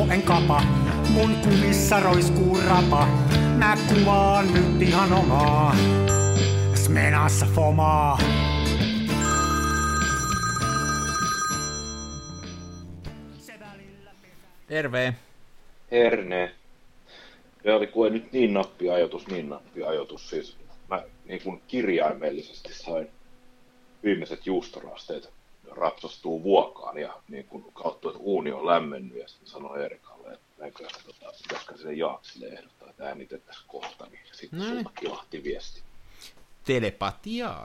en kapa. Mun kumissa roiskuu rapa. Mä kuvaan nyt ihan omaa Smenassa fomaa. Terve. Herne. Ja oli kuin nyt niin nappi ajoitus. Siis mä niin kuin kirjaimellisesti sain viimeiset juustorasteet rapsastuu vuokaan ja niin kuin kautta, että uuni on lämmennyt ja sitten sanoin Erikalle, että pitäisikö sille Jaaksille ehdottaa, että äänitettäisiin kohta, niin sitten sulta kilahti viesti. Telepatiaa.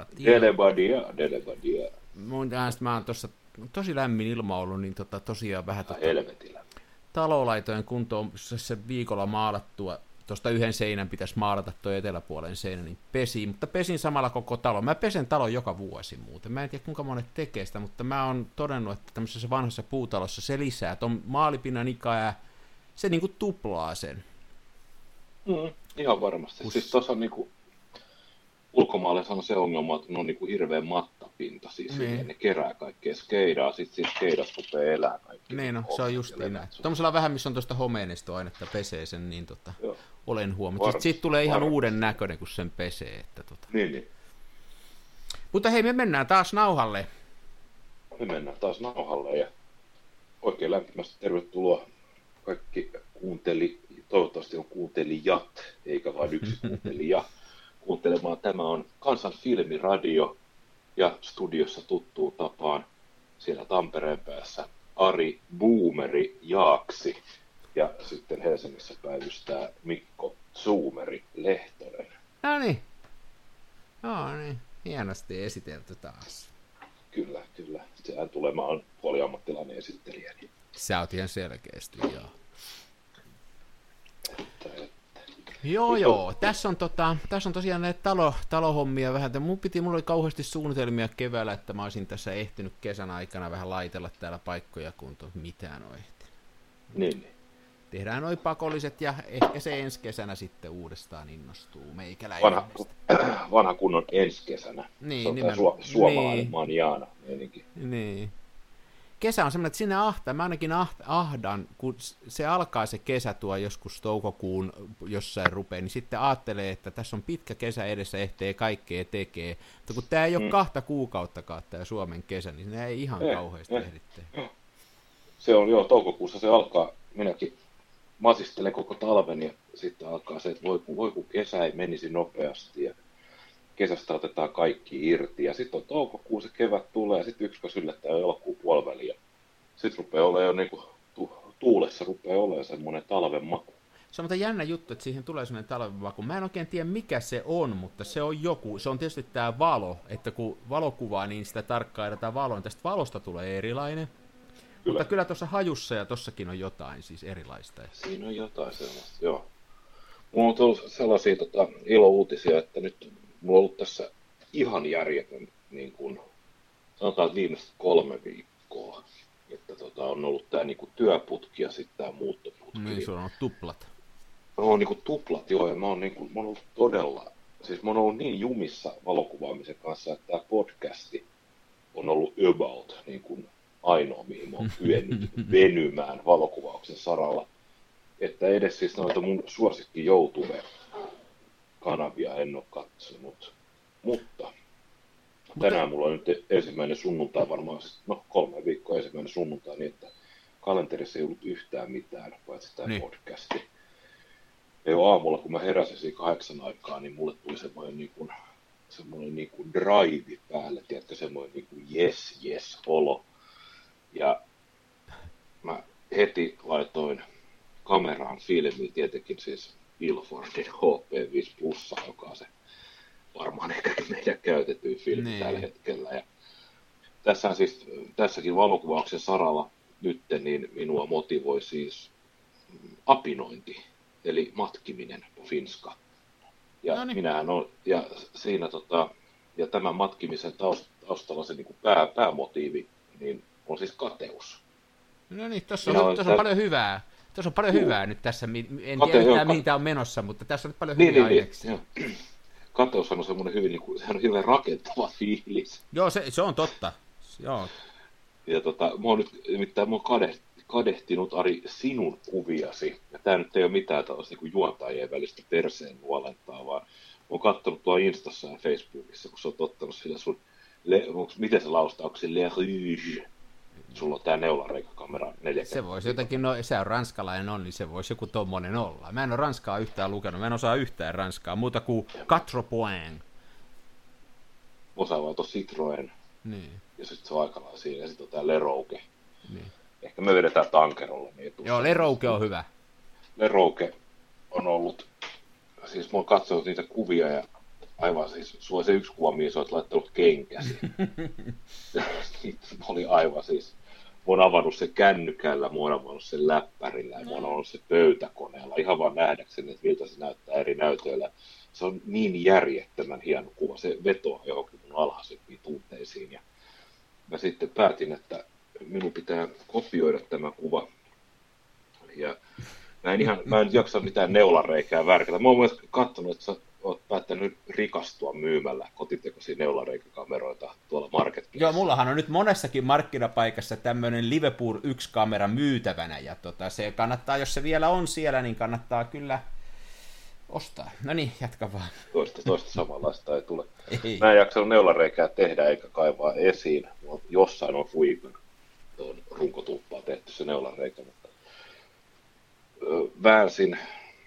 Mä oon tuossa tosi lämmin ilma ollut, niin tosiaan vähän helvetillä. Talolaitojen kuntoon se viikolla maalattua. Tuosta yhden seinän pitäisi maalata tuo eteläpuolen seinä, niin pesin, mutta pesin samalla koko talon. Mä pesen talon joka vuosi muuten. Mä en tiedä kuinka monet tekee sitä, mutta mä oon todennut, että tämmöisessä vanhassa puutalossa se lisää. Tuon maalipinnan ikää, se niinku tuplaa sen. Ihan varmasti. Siis tuossa on niinku, ulkomaalaisilla on se ongelma, että ne on niinku hirveän mattapinta. Siis ne kerää kaikkea skeidaa, sitten skeidasta rupeaa elää kaikki. Niin no, se on just näin. Tuollaisella vähän, missä on tuosta homeenestoainetta pesee sen, niin olen huomannut. Siitä tulee ihan uuden näköinen, kun sen pesee. Että Niin. Mutta hei, me mennään taas nauhalle. Ja oikein lämpimästi tervetuloa kaikki toivottavasti on kuuntelijat, eikä vain yksi kuuntelija, kuuntelemaan. Tämä on Kansan filmiradio ja studiossa tuttuun tapaan siellä Tampereen päässä Ari Boomeri Jaaksi ja sitten Helsingissä päivystää Mikko Zoomeri Lehtonen. No niin, hienosti esitelty taas. Kyllä. Sehän tulee, mä oon puoliammattilainen esittelijä. Niin. Sä oot ihan selkeästi, joo. Että. Joo. Tässä on tosiaan näitä talohommia vähän. Mulla oli kauheasti suunnitelmia keväällä, että mä olisin tässä ehtinyt kesän aikana vähän laitella täällä paikkoja, kun mitään on ehtinyt. Niin. Tehdään noi pakolliset ja ehkä se ensi kesänä sitten uudestaan innostuu meikäläinen. Vanha kunnon ensi kesänä. Niin, se on suomalainen manjaana. Niin. Kesä on semmoinen, että sinne mä ainakin ahdan, kun se alkaa se kesä tuo joskus toukokuun jossain rupeaa, niin sitten ajattelee, että tässä on pitkä kesä edessä, ehtee kaikkea tekee. Mutta kun tämä ei ole 2 kuukauttakaan tämä Suomen kesä, niin ne ei ihan kauheasti ehditte. Se on toukokuussa se alkaa, minäkin masistelen koko talven ja sitten alkaa se, että voi kun kesä ei menisi nopeasti ja kesästä otetaan kaikki irti ja sitten on toukokuu, se kevät tulee ja sitten yksikö yllättää elokuun puoliväliin ja sitten rupeaa olemaan jo niinku tuulessa rupeaa olemaan semmoinen talven maku. Se on mutta jännä juttu, että siihen tulee semmoinen talven maku. Mä en oikein tiedä mikä se on, mutta se on joku. Se on tietysti tämä valo, että kun valo kuvaa, niin sitä tarkkaillaan valoa, niin tästä valosta tulee erilainen. Mutta kyllä tuossa hajussa ja tossakin on jotain siis erilaista. Siinä on jotain sellaista, joo. Mulla on tullut sellaisia ilouutisia, että nyt mulla on ollut tässä ihan järjetön, niin kuin, sanotaan viimeiset 3 viikkoa, että on ollut tämä niin kuin työputki ja sitten tämä muuttoputki. Niin, sulla on tuplat. On niin kuin tuplat, joo, ja mä oon ollut todella, siis mä oon ollut niin jumissa valokuvaamisen kanssa, että tämä podcasti on ollut about niin kuin ainoa, mihin mä oon kyennyt venymään valokuvauksen saralla. Että edes siis noita mun suosikki YouTube-kanavia en ole katsonut. Mutta tänään mulla on nyt ensimmäinen sunnuntai varmaan, 3 viikkoa ensimmäinen sunnuntai, niin että kalenterissa ei ollut yhtään mitään, paitsi tämä podcasti. Ja jo aamulla, kun mä heräsin siinä 8 aikaa, niin mulle tuli semmoinen niin kuin drive päälle, tiedätkö, semmoinen niin kuin yes olo. Ja mä heti laitoin kameraan filmiin, tietenkin siis Ilfordin HP5 Plussa, joka on se varmaan ehkä meidän käytetyin filmi tällä hetkellä. Ja tässäkin valokuvauksen saralla nyt niin minua motivoi siis apinointi, eli matkiminen, finska. Ja minähän on, ja siinä ja tämän matkimisen taustalla se niin kuin päämotiivi, niin on siis kateus. No niin, tuossa on paljon hyvää. Tuossa on paljon hyvää nyt tässä, en tiedä mihin tämä on menossa, mutta tässä on nyt paljon hyviä aineksia. Kateus on semmoinen hyvin rakentava fiilis. Joo, se on totta. Joo. Ja mä oon nyt, nimittäin kadehtinut Ari sinun kuviasi. Ja tää nyt ei ole mitään tällaista niin juontajien välistä perseen nuolentaa, vaan olen katsonut tuolla Instassa ja Facebookissa, kun sä oot ottanut sillä sun, miten se laustaa, onko se Le Rouge? Sulla on tää neulareikakamera 4. Se voisi jotenkin, se on ranskalainen niin se voisi joku tommonen olla. Mä en ole ranskaa yhtään lukenut, mä en osaa yhtään ranskaa, muuta kuin 4 points. Osaa vaan tuossa Citroën. Niin. Ja sitten se on aikallaan siinä, ja sitten on tää Le Rouge. Niin. Ehkä me vedetään tankerolla. Niin joo, Le Rouge on hyvä. Le Rouge on ollut, siis mä oon katsonut niitä kuvia, ja aivan siis, sulla se yksi kuva, mihin sä oot laittanut kenkäsi. Oli aivan siis, mä oon avannut sen kännykällä, mä oon avannut sen läppärillä ja mä oon avannut sen pöytäkoneella ihan vaan nähdäkseni, että miltä se näyttää eri näytöillä. Se on niin järjettömän hieno kuva, se vetoaa johonkin mun alhaisempiin tunteisiin. Ja mä sitten päätin, että minun pitää kopioida tämä kuva. Ja mä en jaksa mitään neulareikää värkätä. Mä oon myös katsonut, että sä oot päättänyt rikastua myymällä kotitekoisia neulareikakameroita tuolla Marketplace. Joo, mullahan on nyt monessakin markkinapaikassa tämmöinen Liverpool 1-kamera myytävänä, ja se kannattaa, jos se vielä on siellä, niin kannattaa kyllä ostaa. No niin, jatka vaan. Toista samanlaista ei tule. Ei. Mä en jaksanut neulareikää tehdä eikä kaivaa esiin. Jossain on Fuigan tuon runkotulppaa tehty se neulareikä, mutta väänsin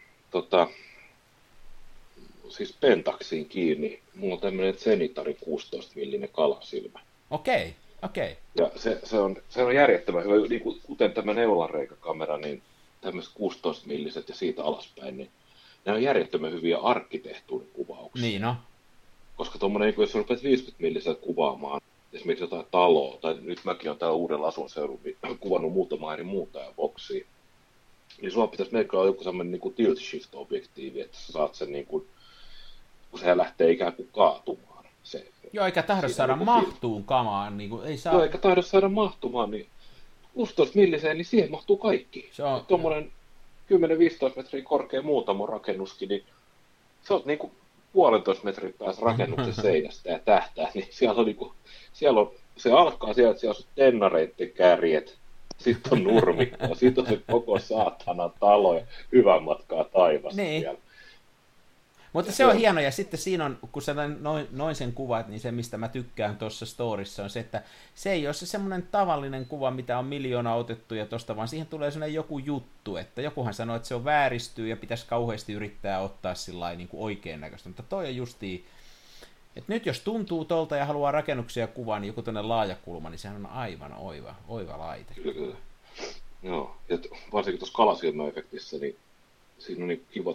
siis pentaksiin kiinni. Mulla on tämmöinen Zenitarin 16-millinen kalasilmä. Okei. Ja se on järjettömän hyvä, niin kuten tämä neulareikakamera, niin tämmöiset 16-milliset ja siitä alaspäin, niin nämä on järjettömän hyviä arkkitehtuurikuvauksia. Niin no. Koska tuommoinen, jos rupeat 50-milliset kuvaamaan esimerkiksi jotain taloa, tai nyt mäkin olen täällä uudella asuinseudulla kuvannut muutamaa eri muutajaboksia, niin sulla pitäisi melkein olla joku sellainen niin tilt shift -objektiivi, että sä saat sen niin kuin, kun se lähtee ikään kuin kaatumaan. Joo, eikä tahdo saada mahtuun kamaan. Niin kuin, ei saa... Joo, eikä tahdo saada mahtumaan, niin 16 milliseen, niin siihen mahtuu kaikki. Se on... Tuommoinen 10-15 metriä korkea muutama rakennuskin, niin sä oot niinku 1,5 metrin päässä rakennuksen seinästä ja tähtää, niin siellä on se alkaa sieltä, siellä on tennareitten kärjet, sitten on nurmikko, sitten on se koko saatana talo ja hyvän matkaa taivasta niin. Siellä. Mutta se on hieno, ja sitten siinä on, kun sä noin sen kuvat, niin se, mistä mä tykkään tuossa storissa, on se, että se ei ole se semmoinen tavallinen kuva, mitä on miljoona otettu ja tosta, vaan siihen tulee semmoinen joku juttu, että jokuhan sanoo, että se on vääristyy ja pitäisi kauheasti yrittää ottaa sillä niin kuin oikein näköistä, mutta toi on justiin, että nyt jos tuntuu tolta ja haluaa rakennuksia kuvaa, niin joku tuonne laajakulma, niin sehän on aivan oiva laite. Kyllä. Joo, ja varsinkin tuossa kalasilmäefektissä, niin siinä on niin kiva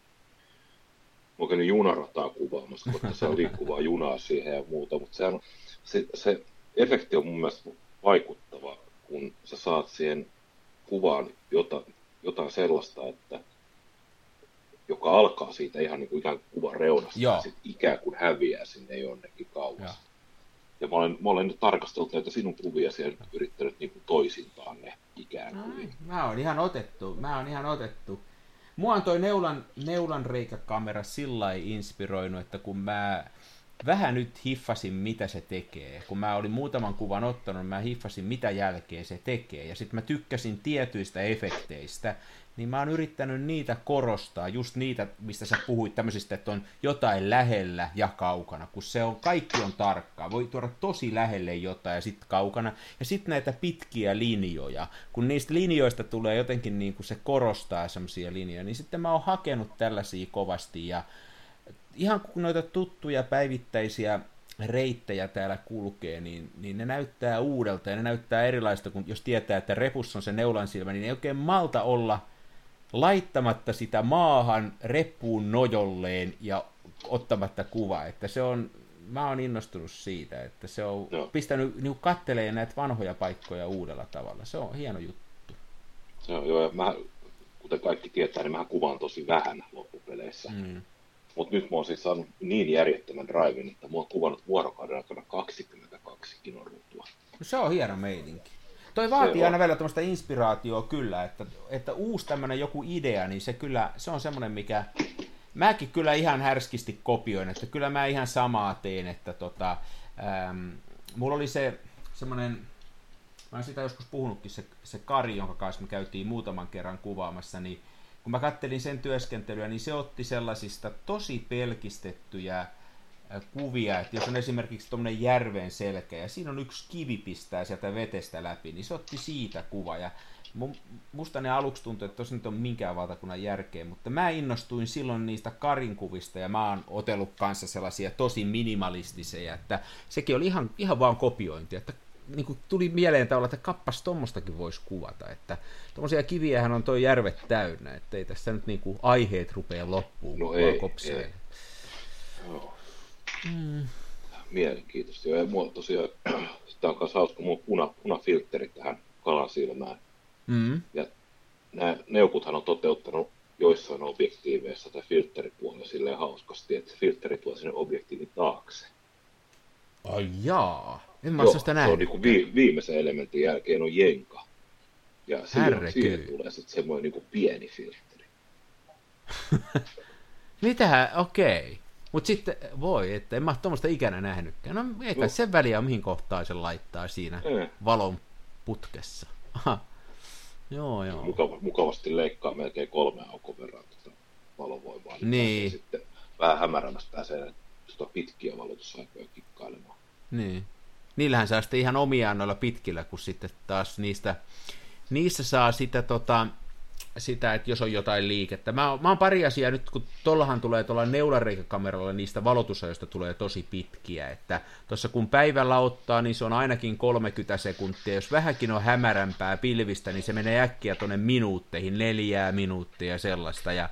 mä oon käynyt junarataa kuvaamassa, koska se on liikkuvaa junaa siihen ja muuta, mutta se efekti on mun mielestä vaikuttava, kun sä saat siihen kuvaan jotain sellaista, että joka alkaa siitä ihan niin kuin ikään kuin kuvan reunasta ja sitten ikään kuin häviää sinne jonnekin kauas. Joo. Ja mä olen nyt tarkastellut näitä sinun kuvia ja yrittänyt niin kuin toisintaan ne ikään kuin. Mä oon ihan otettu. Mua on toi neulan reikäkamera sillai inspiroinut, että kun mä vähän nyt hiffasin, mitä se tekee. Kun mä olin muutaman kuvan ottanut, mä hiffasin, mitä jälkeen se tekee. Ja sitten mä tykkäsin tietyistä efekteistä, niin mä oon yrittänyt niitä korostaa, just niitä, mistä sä puhuit, tämmöisistä, että on jotain lähellä ja kaukana, kun kaikki on tarkkaa. Voi tuoda tosi lähelle jotain ja sitten kaukana. Ja sitten näitä pitkiä linjoja. Kun niistä linjoista tulee jotenkin niin kuin se korostaa semmoisia linjoja, niin sitten mä oon hakenut tällaisia kovasti. Ja ihan kun noita tuttuja päivittäisiä reittejä täällä kulkee, niin ne näyttää uudelta ja ne näyttää erilaista, kun jos tietää, että repussa on se neulansilmä, niin ei oikein malta olla laittamatta sitä maahan reppuun nojolleen ja ottamatta kuvaa, että mä oon innostunut siitä, että se on pistänyt niin kattelee näitä vanhoja paikkoja uudella tavalla. Se on hieno juttu. Joo, ja mä, kuten kaikki tietää, niin mä kuvaan tosi vähän loppupeleissä. Mutta nyt mä oon siis saanut niin järjettömän driven, että mä oon kuvannut vuorokauden aikana 22 kinoruutua. No se on hieno meininki. Toi vaatii aina välillä tämmöistä inspiraatioa kyllä, että uusi tämmöinen joku idea, niin se on semmoinen, mikä mäkin kyllä ihan härskisti kopioin, että kyllä mä ihan samaa teen, että mulla oli se semmoinen mä oon sitä joskus puhunutkin, se Kari, jonka kanssa me käytiin muutaman kerran kuvaamassa, niin kun mä kattelin sen työskentelyä, niin se otti sellaisista tosi pelkistettyjä kuvia, että jos on esimerkiksi tuommoinen järven selkä ja siinä on yksi kivi pistää sieltä vetestä läpi, niin se otti siitä kuva ja musta ne aluksi tuntui, että tosi nyt on minkään valtakunnan järkeä, mutta mä innostuin silloin niistä Karin kuvista ja mä oon otellut kanssa sellaisia tosi minimalistisia, että sekin oli ihan vaan kopiointi, että niin kuin tuli mieleen tavallaan, että kappas tommostakin voisi kuvata, että tommosia kiviähän on toi järvet täynnä, että ei tässä nyt niin kuin aiheet rupea loppuun, no kun ei. Joo. Mielenkiintoista. Ja mua tosiaan, sitä on myös hauska, mulla punafiltteri tähän kalan silmään. Ja nämä neukuthan on toteuttanut joissain objektiiveissa tai filtteripuolella silleen hauskasti, että filtteri tuo sinne objektiivin taakse. Ai jaa, en mä ole sitä nähnyt. Se on niin viimeisen elementin jälkeen on jenka. Ja siihen tulee sitten semmoinen niin pieni filtteri. Mitähän, okei. Mutta sitten voi, että en mä ole tuommoista ikänä nähnytkään. No eikä sen väliä mihin kohtaan se laittaa siinä valon putkessa. Aha. Joo. Mukavasti leikkaa melkein 3 aukon verran valovoimaa. Niin. Sitten vähän hämärämmästä pääsee pitkiä valotusaikoja kikkailemaan. Niin. Niillähän saa sitten ihan omiaan noilla pitkillä, kun sitten taas niissä saa sitä, että jos on jotain liikettä. Mä oon pari asiaa nyt, kun tuollahan tulee tuolla neulareikäkameralla, niistä valotusajoista tulee tosi pitkiä, että tuossa kun päivällä ottaa, niin se on ainakin 30 sekuntia, jos vähänkin on hämärämpää pilvistä, niin se menee äkkiä tuonne minuutteihin, 4 minuuttia sellaista, ja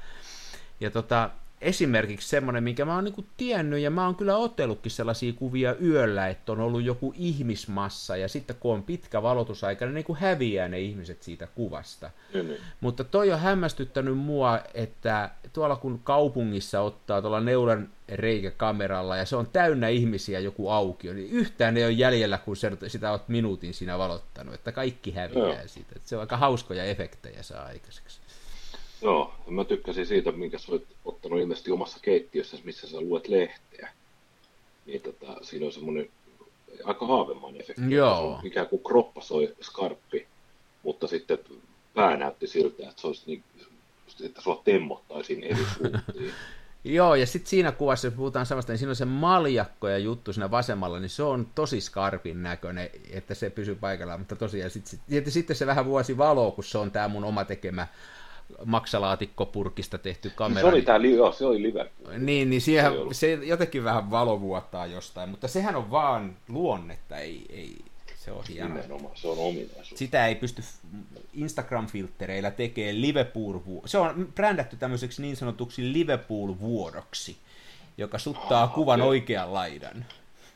esimerkiksi semmoinen, minkä mä oon niinku tiennyt, ja mä oon kyllä otellutkin sellaisia kuvia yöllä, että on ollut joku ihmismassa, ja sitten kun on pitkä valotusaika, niin niinku häviää ne ihmiset siitä kuvasta. Mutta toi on hämmästyttänyt mua, että tuolla kun kaupungissa ottaa tuolla neulan reikäkameralla, ja se on täynnä ihmisiä joku aukio, niin yhtään ei ole jäljellä, kun sitä oot minuutin siinä valottanut, että kaikki häviää siitä. Että se on aika hauskoja efektejä saa aikaiseksi. Joo, mä tykkäsin siitä, minkä sä olet ottanut ilmeisesti omassa keittiössä, missä sä luet lehteä. Niin siinä on semmoinen aika haavemainen efekti. Joo. Ikään kuin kroppa soi skarppi, mutta sitten pää näytti siltä, että se olisi niin, että sua temmottaisiin eri suuntiin. Joo, ja sitten siinä kuvassa, jos puhutaan samasta, niin siinä on se maljakko ja juttu siinä vasemmalla, niin se on tosi skarpin näköinen, että se pysyy paikallaan, mutta tosiaan sitten se vähän vuosi valoa, kun se on tämä mun oma tekemä maksalaatikkopurkista tehty kamera. Se oli Liverpool. Niin se jotenkin vähän valovuottaa jostain, mutta sehän on vaan luonnetta, ei se on hienoa. Nimenomaan, se on ominaisuus. Sitä ei pysty Instagram-filttereillä tekemään se on brändätty tämmöiseksi niin sanotuksi Liverpool-vuodoksi, joka suttaa kuvan oikean laidan.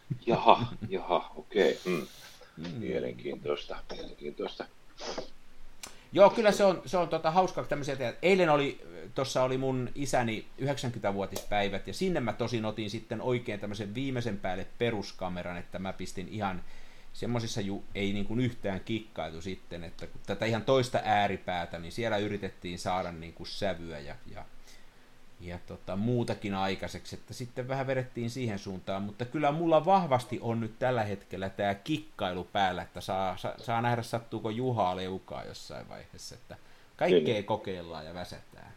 Jaha, okei. Mielenkiintoista. Joo, kyllä se on hauskaa tämmöisiä tehdä. Eilen oli mun isäni 90-vuotispäivät, ja sinne mä tosin otin sitten oikein tämmöisen viimeisen päälle peruskameran, että mä pistin ihan semmoisissa ei niin kuin yhtään kikkailu sitten, että kun tätä ihan toista ääripäätä, niin siellä yritettiin saada niin kuin sävyä ja muutakin aikaiseksi, että sitten vähän vedettiin siihen suuntaan, mutta kyllä mulla vahvasti on nyt tällä hetkellä tämä kikkailu päällä, että saa nähdä sattuuko Juhaa leukaa jossain vaiheessa, että kaikkea kokeillaan ja väsätään.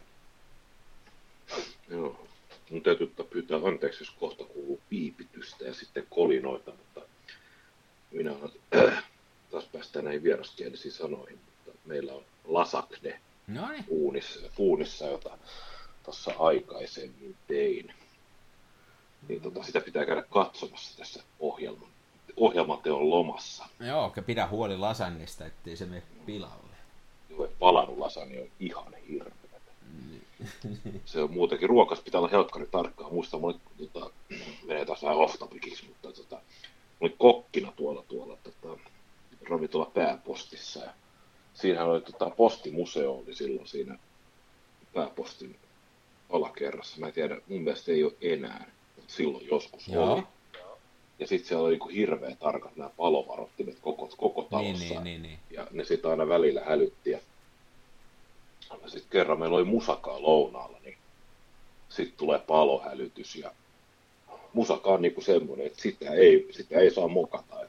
Joo, mun täytyy pyytää anteeksi, jos kohta kuuluu piipitystä ja sitten kolinoita, mutta minä olen taas päästään näihin vieraskielisiin sanoihin, mutta meillä on lasagne uunissa, jota tuossa aikaisemmin tein. Niin sitä pitää käydä katsomassa tässä ohjelmateon lomassa. Joo, pidä huoli lasagnesta, ettei se mene pilalle. Joo, palannut lasagna on ihan hirveä. Se on muutenkin, ruokas pitää olla helkkari tarkkaan. Muistan, menee taas vähän off-topiciksi, mutta olin kokkina tuolla ravintola Pääpostissa. Ja siinähän oli postimuseo oli silloin siinä Pääpostin alakerrassa. Mä en tiedä, mun mielestä ei ole enää, mutta silloin joskus oli. Ja sitten siellä oli hirveän tarkat nämä palovarottimet koko talossa. Niin. Ja ne sitten aina välillä hälytti. Ja sitten kerran meillä oli musakaa lounaalla, niin sitten tulee palohälytys. Ja musaka on niinku semmoinen, että sitä ei saa mokata. Et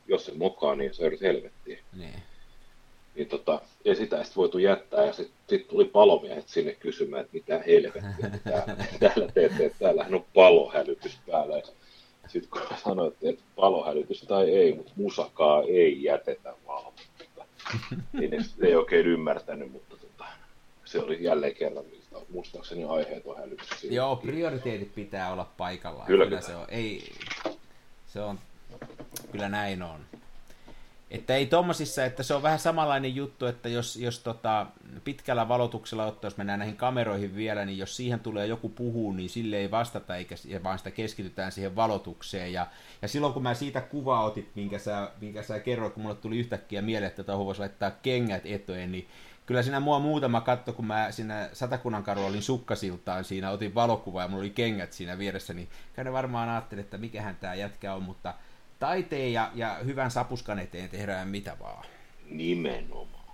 jos se mokaa, niin se joudut helvettiin. Niin. Niin ei sitä sitten voitu jättää, ja sitten tuli palomiehet sinne kysymään, että mitä helvettiä täällä teette, että täällähän on palohälytys päällä. Sitten kun sanoit, että palohälytys tai ei, mutta musakaa ei jätetä valvontaa. Ei oikein ymmärtänyt, mutta se oli jälleen kerran muistaakseni aiheeton hälytys. Joo, prioriteetit pitää olla paikallaan. Kyllä se on, kyllä näin on. Että ei tommosissa, että se on vähän samanlainen juttu, että jos pitkällä valotuksella ottaa, jos mennään näihin kameroihin vielä, niin jos siihen tulee joku puhuu, niin sille ei vastata, vaan sitä keskitytään siihen valotukseen. Ja silloin kun mä siitä kuvaa otit, minkä sä kerroit, kun mulle tuli yhtäkkiä mieleen, että tuohon voisi laittaa kengät eteen, niin kyllä siinä mua muutama katto, kun mä siinä Satakunnankadulla olin sukkasiltaan, siinä otin valokuvaa ja mulla oli kengät siinä vieressä, niin kai varmaan ajattelin, että mikähän tää jätkä on, mutta taiteen ja hyvän sapuskan eteen tehdään mitä vaan. Nimenomaan.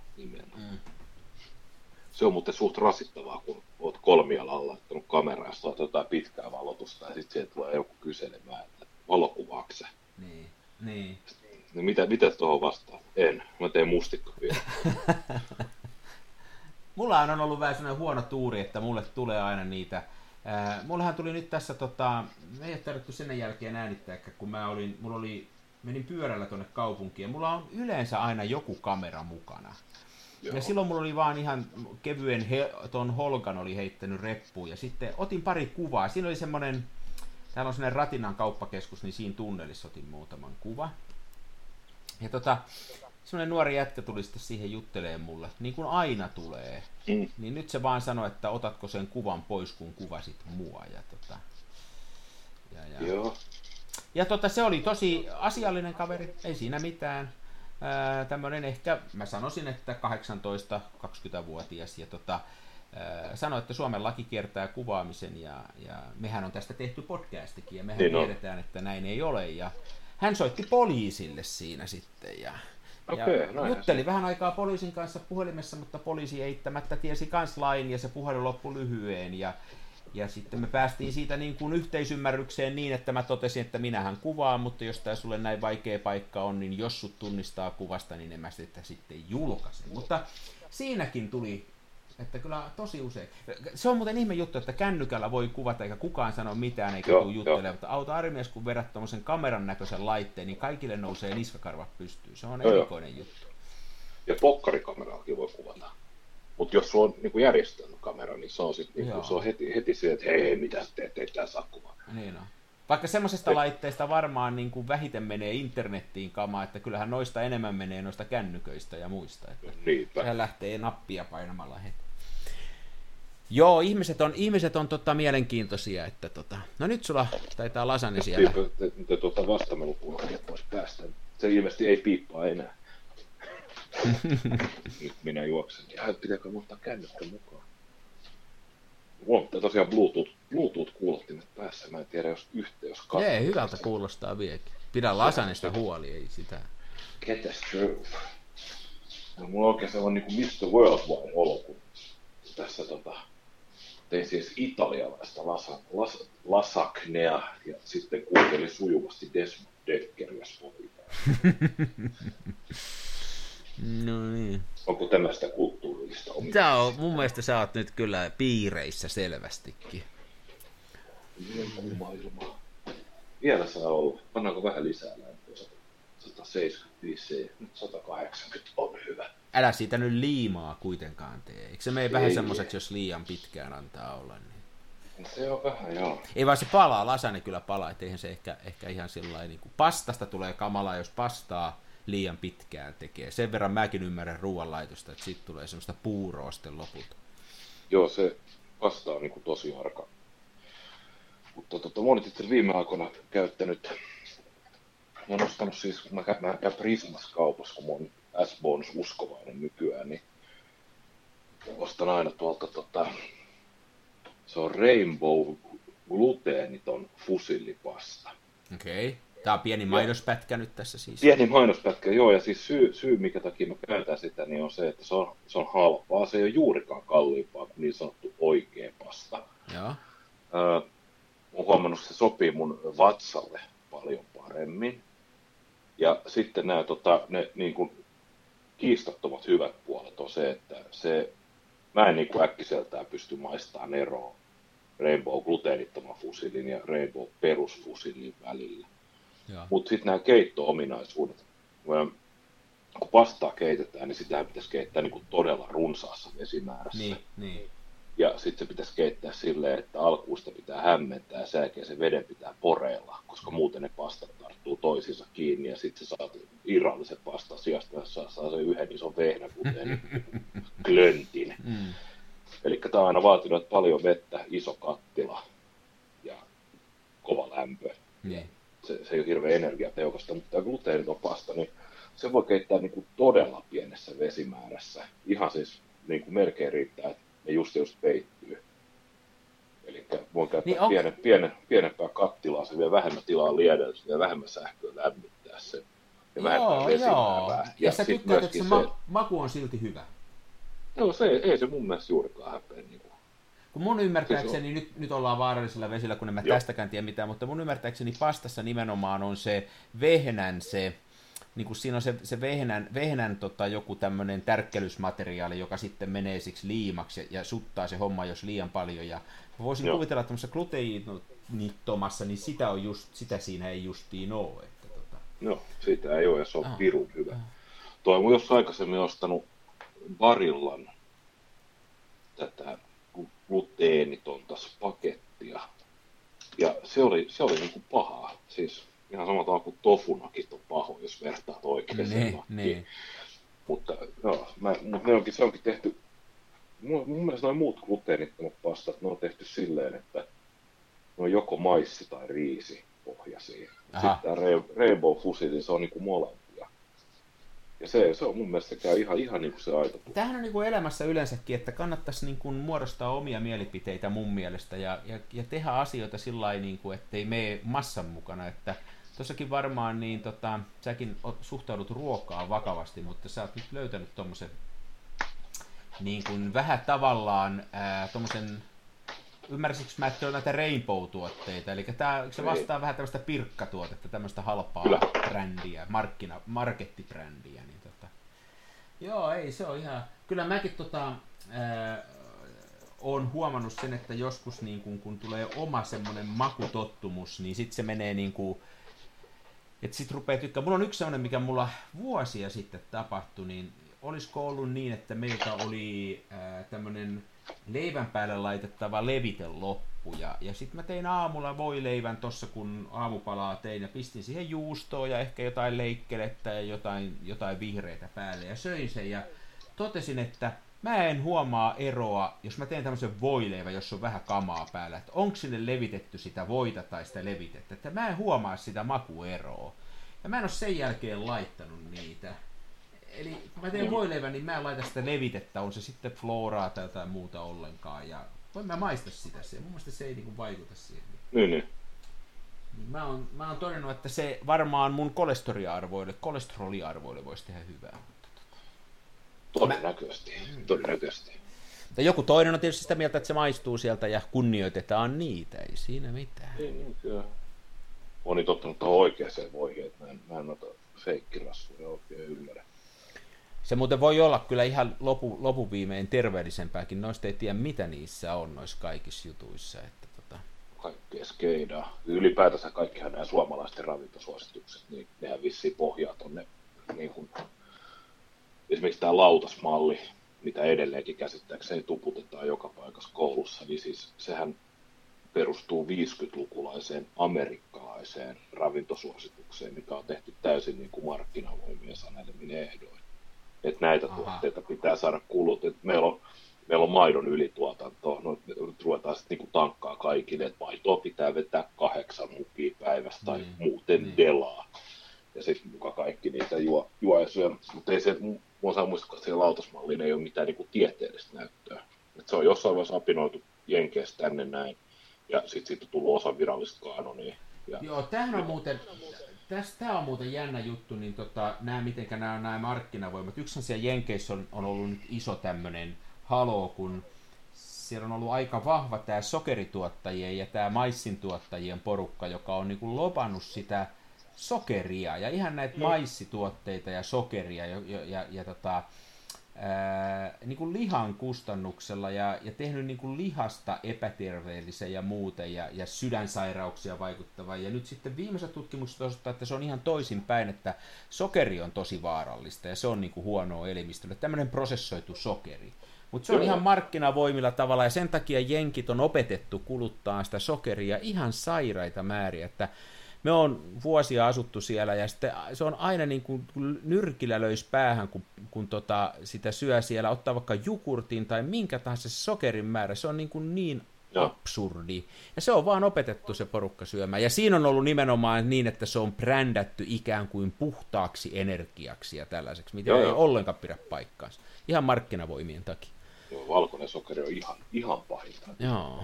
Se on muuten suht rasittavaa, kun oot kolmialalla laittanut kameraa ja saat jotain pitkää valotusta ja sitten sieltä tulee joku kyselemään, että valokuvaako sä? Niin. No mitä tuohon vastaan? En. Mä teen mustikkapirkkoa. Mulla on ollut vähän sellainen huono tuuri, että mulle tulee aina niitä. Mullahan tuli nyt tässä, me ei tarvittu sen jälkeen äänittääkään, kun menin pyörällä tuonne kaupunkiin, ja mulla on yleensä aina joku kamera mukana. Joo. Ja silloin mulla oli vaan ihan kevyen, ton Holgan oli heittänyt reppuun, ja sitten otin pari kuvaa. Siinä oli täällä on semmoinen Ratinan kauppakeskus, niin siinä tunnelissa otin muutaman kuva. Ja semmoinen nuori jätkä tuli sitten siihen juttelemaan mulle, niin kuin aina tulee. Niin nyt se vaan sanoi, että otatko sen kuvan pois, kun kuvasit mua. Joo. Ja se oli tosi asiallinen kaveri, ei siinä mitään. Tämmöinen ehkä, mä sanoisin, että 18-20-vuotias. Ja sanoi, että Suomen laki kiertää kuvaamisen ja mehän on tästä tehty podcastikin ja mehän tiedetään, että näin ei ole. Ja hän soitti poliisille siinä sitten ja jutteli vähän aikaa poliisin kanssa puhelimessa, mutta poliisi eittämättä tiesi kans lain ja se puhelu loppui lyhyeen ja sitten me päästiin siitä niin kuin yhteisymmärrykseen niin, että mä totesin, että minähän kuvaan, mutta jos tää sulle näin vaikea paikka on, niin jos sut tunnistaa kuvasta, niin en mä sitä sitten julkaise. Mutta siinäkin tuli, että kyllä tosi usein. Se on muuten ihme juttu, että kännykällä voi kuvata eikä kukaan sano mitään eikä tule juttelemaan, mutta auta Arimies, kun vedät tommosen kameran näköisen laitteen, niin kaikille nousee niskakarvat pystyyn. Se on erikoinen juttu. Ja pokkarikameraakin voi kuvata. Mutta jos sulla on niin järjestelmä kamera, niin se on, sit, niin se on heti se, että hei, mitä sä teet, ei tää saa kuvata. Niin on. Vaikka semmoisesta laitteesta varmaan niin kuin vähiten menee internettiin kamaa, että kyllähän noista enemmän menee noista kännyköistä ja muista. Että sehän lähtee nappia painamalla heti. Joo, ihmiset on mielenkiintoisia, että no nyt sulla taitaa lasanne siellä. Te vastamenupuolella pois päästä. Se ilmeisesti ei piippaa enää. Nyt minä juoksen. Ja pitääkö muistaa kännykkä mukaan? Mulla tosiaan Bluetooth-kuulottimet päässä. Mä en tiedä, jos yhteys katsoo. Ei, hyvältä kuulostaa vieläkin. Pidä lasanesta huoli, ei sitä. Catastrophe. No, mulla on oikein sellainen niin kuin Mr. Worldwide olo, kun tässä tein siis italialaista lasagnea ja sitten kuuntelin sujuvasti Desmond Deckeria Spotify. No niin. Onko tämä sitä kulttuurillista ominaisuutta? Mun mielestä sä oot nyt kyllä piireissä selvästikin. Maailmaa. Vielä saa olla. Pannaanko vähän lisää lämpöä? 175, nyt 180 on hyvä. Älä siitä nyt liimaa kuitenkaan tee. Eikö se mene vähän semmoiseksi, jos liian pitkään antaa olla? Niin... Se on vähän, joo. Ei vaan se palaa, lasani kyllä palaa, et eihän se ehkä ihan sillain, niin kuin pastasta tulee kamalaa, jos pastaa liian pitkään tekee. Sen verran mäkin ymmärrän ruoanlaitosta, että siitä tulee semmoista puuroa sitten lopulta. Joo, se pasta on niin kuin tosi arka. Mutta mä oon itse viime aikoina käyttänyt, mä oon ostanut siis, mä käyn Prismas kaupassa, kun mä oon S-Bonus uskovainen nykyään, niin ostan aina tuolta se on Rainbow gluteeniton fusillipasta. Okei. Tää on pieni mainospätkä nyt tässä siis. Pieni mainospätkä, joo, ja siis syy minkä takia mä käytän sitä, niin on se, että se on halpaa. Se ei ole juurikaan kalliimpaa kuin niin sanottu oikea pasta. Joo. Olen huomannut, että se sopii mun vatsalle paljon paremmin. Ja sitten nämä, ne niin kuin kiistattomat hyvät puolet on se, että mä en niin kuin äkkiseltään pysty maistamaan eroa Rainbow gluteenittoman fusillin ja Rainbow perusfusillin välillä. Mutta sitten nämä keitto-ominaisuudet, kun pastaa keitetään, niin sitä pitäisi keittää niin kuin todella runsaassa vesimäärässä. Niin. Ja sitten se pitäisi keittää silleen, että alkuun sitä pitää hämmentää ja sen jälkeen se veden pitää poreilla, koska muuten ne pastat tarttuu toisiinsa kiinni ja sitten sä saat irrallisen pastan sijasta, jos saa sen yhden ison vehnän, kuten klöntin. Eli tämä on aina vaatinut paljon vettä, iso kattila ja kova lämpö. Se ei ole hirveän energiatehokasta, mutta tämä gluteeniton pasta, niin se voi keittää niin kuin todella pienessä vesimäärässä. Ihan siis niin kuin melkein riittää, että ne just peittyy. Eli voin käyttää pienempää kattilaa, se vie vähemmän tilaa liedellä, se vie vähemmän sähköä lämmittää sen. Ja vähemmän vesimäärää. Ja sä tykkäät, että se maku on silti hyvä. Joo, ei se mun mielestä juurikaan häpeä. Niin kun mun ymmärtääkseni, nyt ollaan vaarallisella vesillä, kun en mä tästäkään tiedä mitään, mutta mun ymmärtääkseni pastassa nimenomaan on se vehnän, niin kuin siinä on se vehnän joku tämmöinen tärkkelysmateriaali, joka sitten menee siksi liimaksi ja suttaa se homma, jos liian paljon. Ja voisin kuvitella, että tämmöisessä gluteenittomassa, niin sitä siinä ei justiin ole. Että Joo, sitä ei ole ja se on pirun hyvä. Toi mun jossain aikaisemmin ostanut Barillan tätä gluteenitonta pakettia. Ja se oli niin kuin pahaa. Siis ihan samalla tavalla kuin tofunakin on paho, jos vertaat oikein lakkiin. Mutta se onkin tehty, mun mielestä noin muut gluteenittomat pastat, ne on tehty silleen, että ne on joko maissi- tai riisipohjaisia. Sitten tämä Rainbow Fusilli, se on niin kuin molempia. Ja se on mun mielestä käy ihan niin kuin se aito. Tämähän on niin kuin elämässä yleensäkin, että kannattaisi niin kuin muodostaa omia mielipiteitä mun mielestä ja tehdä asioita sillä lailla, niin kuin, ettei mene massan mukana. Että tuossakin varmaan niin, säkin suhtaudut ruokaa vakavasti, mutta sä oot nyt löytänyt tommosen niin kuin vähän tavallaan tommosen, ymmärsitkö mä, että on näitä Rainbow-tuotteita, eli se vastaa vähän tämmöistä pirkkatuotetta, tämmöistä halpaa brändiä, markettibrändiä. Niin joo, ei se on ihan, kyllä mäkin oon huomannut sen, että joskus niin kun tulee oma semmoinen makutottumus, niin sitten se menee niin kuin, että sit rupeaa tykkää. Mulla on yksi semmoinen, mikä mulla vuosia sitten tapahtui, niin olisiko ollut niin, että meiltä oli tämmöinen leivän päälle laitettava levite loppu, ja sitten mä tein aamulla voileivän tossa, kun aamupalaa tein, ja pistin siihen juustoa ja ehkä jotain leikkelettä ja jotain vihreitä päälle, ja söin sen, ja totesin, että mä en huomaa eroa, jos mä teen tämmöisen voileivän, jos on vähän kamaa päällä, että onko sinne levitetty sitä voita tai sitä levitettä, että mä en huomaa sitä makueroa, ja mä en ole sen jälkeen laittanut niitä. Eli kun mä teen voileivän, niin mä en laita sitä levitettä, on se sitten floraa tai jotain muuta ollenkaan, ja voin mä maista sitä, mun mielestä se ei niinku vaikuta siihen. Niin. Mä oon todennut, että se varmaan mun kolesteroliarvoille voisi tehdä hyvää. Todennäköisesti. Ja joku toinen on tietysti sitä mieltä, että se maistuu sieltä ja kunnioitetaan niitä, ei siinä mitään. Niin, kyllä. Moni tottunut tuohon oikeaan voihin, että mä en ota feikkirasvoja oikein ymmärrä. Se muuten voi olla kyllä ihan lopuviimein terveellisempääkin, noista ei tiedä mitä niissä on noissa kaikissa jutuissa. Että Kaikkea skeidaa. Ylipäätänsä kaikkihan nämä suomalaisten ravintosuositukset, niin nehän vissiin pohjaa tonne, niin kuin, esimerkiksi tämä lautasmalli, mitä edelleenkin käsittääkseni tuputetaan joka paikassa koulussa, niin siis sehän perustuu 50-lukulaiseen amerikkalaiseen ravintosuositukseen, mikä on tehty täysin niin kuin markkinavoimien sanelemin ehdoin. Että näitä tuotteita pitää saada kulutettua. Meillä on maidon ylituotantoa, no ruvetaan sitten niin tankkaa kaikille, että maitoa pitää vetää 8 mukia päivässä tai muuten delaa. Ja sitten muka kaikki niitä juo ja syö. Mutta ei se, mua saa muistaa, että siellä lautasmalliin ei ole mitään niin kuin tieteellistä näyttöä. Et se on jossain vaiheessa apinoitu Jenkeistä tänne näin. Ja sitten siitä on tullut osa virallista kaanonia. Joo, tämähän on muuten... Tämä on muuten jännä juttu, niin mitenkä nämä markkinavoimat. Yksi siellä Jenkeissä on ollut nyt iso tämmöinen halo, kun siellä on ollut aika vahva tämä sokerituottajien ja tämä maissintuottajien porukka, joka on niin kuin lopannut sitä sokeria ja ihan näitä maissituotteita ja sokeria niin kuin lihan kustannuksella ja tehnyt niin kuin lihasta epäterveellisen ja muuten ja sydänsairauksia vaikuttavaa. Ja nyt sitten viimeiset tutkimukset osoittaa, että se on ihan toisinpäin, että sokeri on tosi vaarallista ja se on niin kuin huonoa elimistölle. Tämmöinen prosessoitu sokeri. Mutta se on ihan markkinavoimilla tavalla ja sen takia jenkit on opetettu kuluttaa sitä sokeria ihan sairaita määriä, että me on vuosia asuttu siellä ja sitten se on aina niin kuin nyrkillä löisi päähän, kun sitä syö siellä, ottaa vaikka jogurtin tai minkä tahansa sokerin määrä, se on niin absurdi. Ja se on vaan opetettu se porukka syömään. Ja siinä on ollut nimenomaan niin, että se on brändätty ikään kuin puhtaaksi energiaksi ja tällaiseksi, mitä ei ollenkaan pidä paikkaansa. Ihan markkinavoimien takia. Joo, valkoinen sokeri on ihan pahinta. Joo.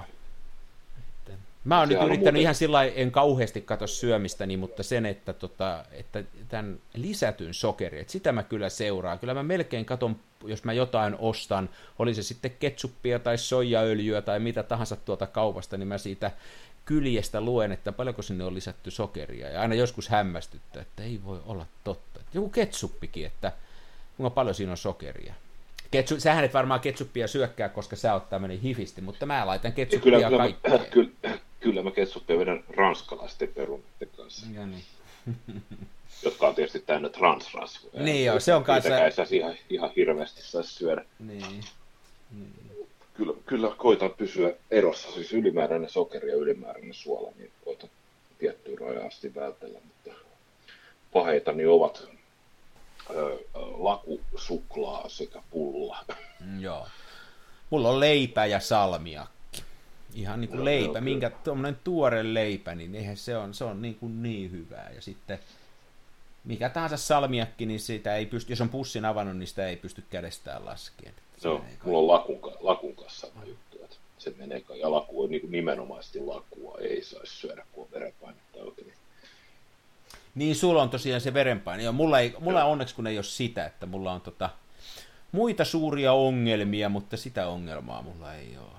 Mä oon nyt yrittänyt ihan sillä lailla, en kauheasti katso syömistäni, mutta sen, että tämän lisätyn sokerin, että sitä mä kyllä seuraan. Kyllä mä melkein katon, jos mä jotain ostan, oli se sitten ketsuppia tai soijaöljyä tai mitä tahansa tuolta kaupasta, niin mä siitä kyljestä luen, että paljonko sinne on lisätty sokeria. Ja aina joskus hämmästyttää, että ei voi olla totta. Joku ketsuppikin, että kuinka paljon siinä on sokeria. Sähän et varmaan ketsuppia syökkää, koska sä oot tämmöinen hifisti, mutta mä laitan ketsuppia kaikkeen. Kyllä mä ketsuppia vedän ranskalaisten perunoiden kanssa. Ja niin. Jotka on tietysti täynnä transrasvoja. Niin joo, se on kanssa. Niitäkään ei saisi ihan hirveästi saisi syödä. Niin. Kyllä koitan pysyä erossa, siis ylimääräinen sokeri ja ylimääräinen suola, niin koitan tiettyyn rajaan asti vältellä, mutta paheitani ovat laku, suklaa sekä pulla. Joo. Mulla on leipä ja salmiakki. Ihan niin kuin leipä, minkä tuommoinen tuore leipä, niin eihän se on niin hyvää. Ja sitten mikä tahansa salmiakki, niin sitä ei pysty, jos on pussin avannut, niin sitä ei pysty kädestään laskemaan. No, mulla on lakun kanssa sama juttu, että se menee, ja laku on niin nimenomaisesti lakua, ei saisi syödä, kun on verenpainetta oikein. Niin, sulla on tosiaan se verenpaine. Joo, mulla onneksi kun ei ole sitä, että mulla on muita suuria ongelmia, mutta sitä ongelmaa mulla ei ole.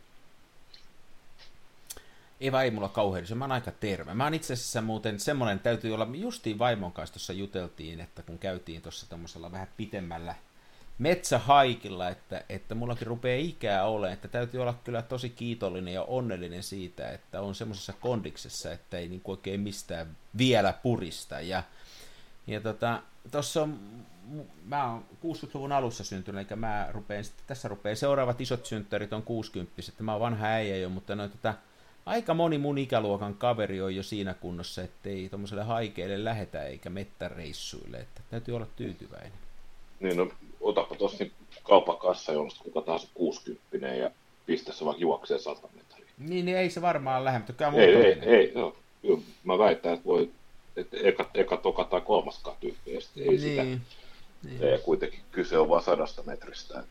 Ei mulla kauhean, mä oon aika terve. Mä oon itse asiassa muuten semmoinen, täytyy olla, justiin vaimon kanssa tuossa juteltiin, että kun käytiin tuossa tommosella vähän pitemmällä metsähaikilla, että mullakin rupeaa ikää olemaan, että täytyy olla kyllä tosi kiitollinen ja onnellinen siitä, että on semmoisessa kondiksessa, että ei niinku oikein mistään vielä purista. Ja tuossa on, mä oon 60-luvun alussa syntynyt, eli tässä rupeaa seuraavat isot synttärit on 60, että mä oon vanha äijä jo, mutta aika moni mun ikäluokan kaveri on jo siinä kunnossa, ettei tuommoiselle haikeille lähetä eikä mettäreissuille, että täytyy olla tyytyväinen. Niin, no otapa tuossa kaupan kassa, josta kuka tahansa 60 ja pistä se vaan juokseen 100 metriä. Niin ei se varmaan lähde, mutta ei, joo. Mä väitän, että voi, että eka, toka tai kolmaskaan tyyppiästi, ei sitä. Niin. Ja kuitenkin kyse on vaan 100 metristä.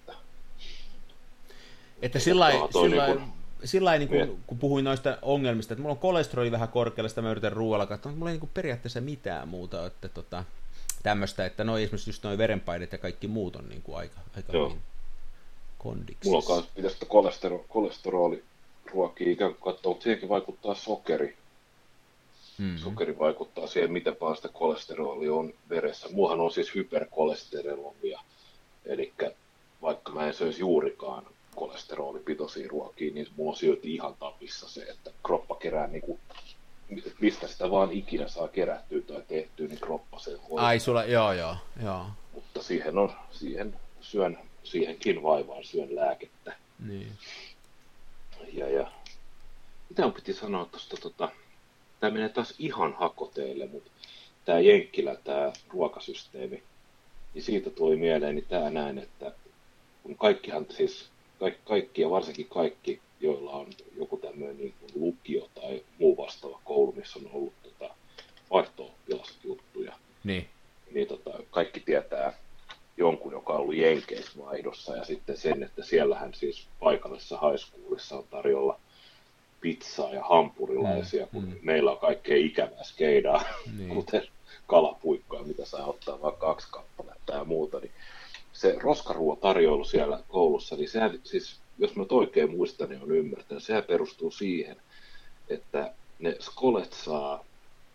Että sillä kun puhuin noista ongelmista, että mulla on kolesteroli vähän korkealla, sitä mä yritän ruoalla katsoa, mutta mulla ei periaatteessa mitään muuta, että tämmöistä, että esimerkiksi just noi verenpaineet ja kaikki muut on aika hyvin kondiksissa. Mulla on myös pitäisi kolesteroliruokia ikään kuin katsoa, mutta siihenkin vaikuttaa sokeri. Mm-hmm. Sokeri vaikuttaa siihen, miten paljon sitä kolesterolia on veressä. Mullahan on siis hyperkolesterolia, eli vaikka mä en söisi juurikaan kolesterolipitoisia ruokia, niin mulla on silti ihan tapissa se, että kroppa kerää mistä sitä vaan ikinä saa kerättyä tai tehtyä, niin kroppa sen hoitaa. Ai sulla, joo. Mutta siihenkin vaivaan syön lääkettä. Niin. Ja mitä on piti sanoa tuosta, tämä menee taas ihan hakoteille, mutta tämä Jenkkilä, tämä ruokasysteemi, niin siitä tuli mieleeni tämä näin, että kun kaikkihan siis, kaikki ja varsinkin kaikki, joilla on joku tämmöinen niin kuin lukio tai muu vastaava koulu, missä on ollut vaihto-oppilasjuttuja, niin kaikki tietää jonkun, joka on ollut Jenkeisvaihdossa, ja sitten sen, että siellähän siis paikallisessa high schoolissa on tarjolla pizzaa ja hampurilaisia, kun meillä on kaikkea ikävää skeidaa, kuten kalapuikkoja, mitä saa ottaa vain 2 kappaletta ja muuta, niin se roskaruotarjoilu siellä koulussa, niin sehän siis, jos mä oikein muistan, niin on ymmärtänyt, sehän perustuu siihen, että ne skolet saa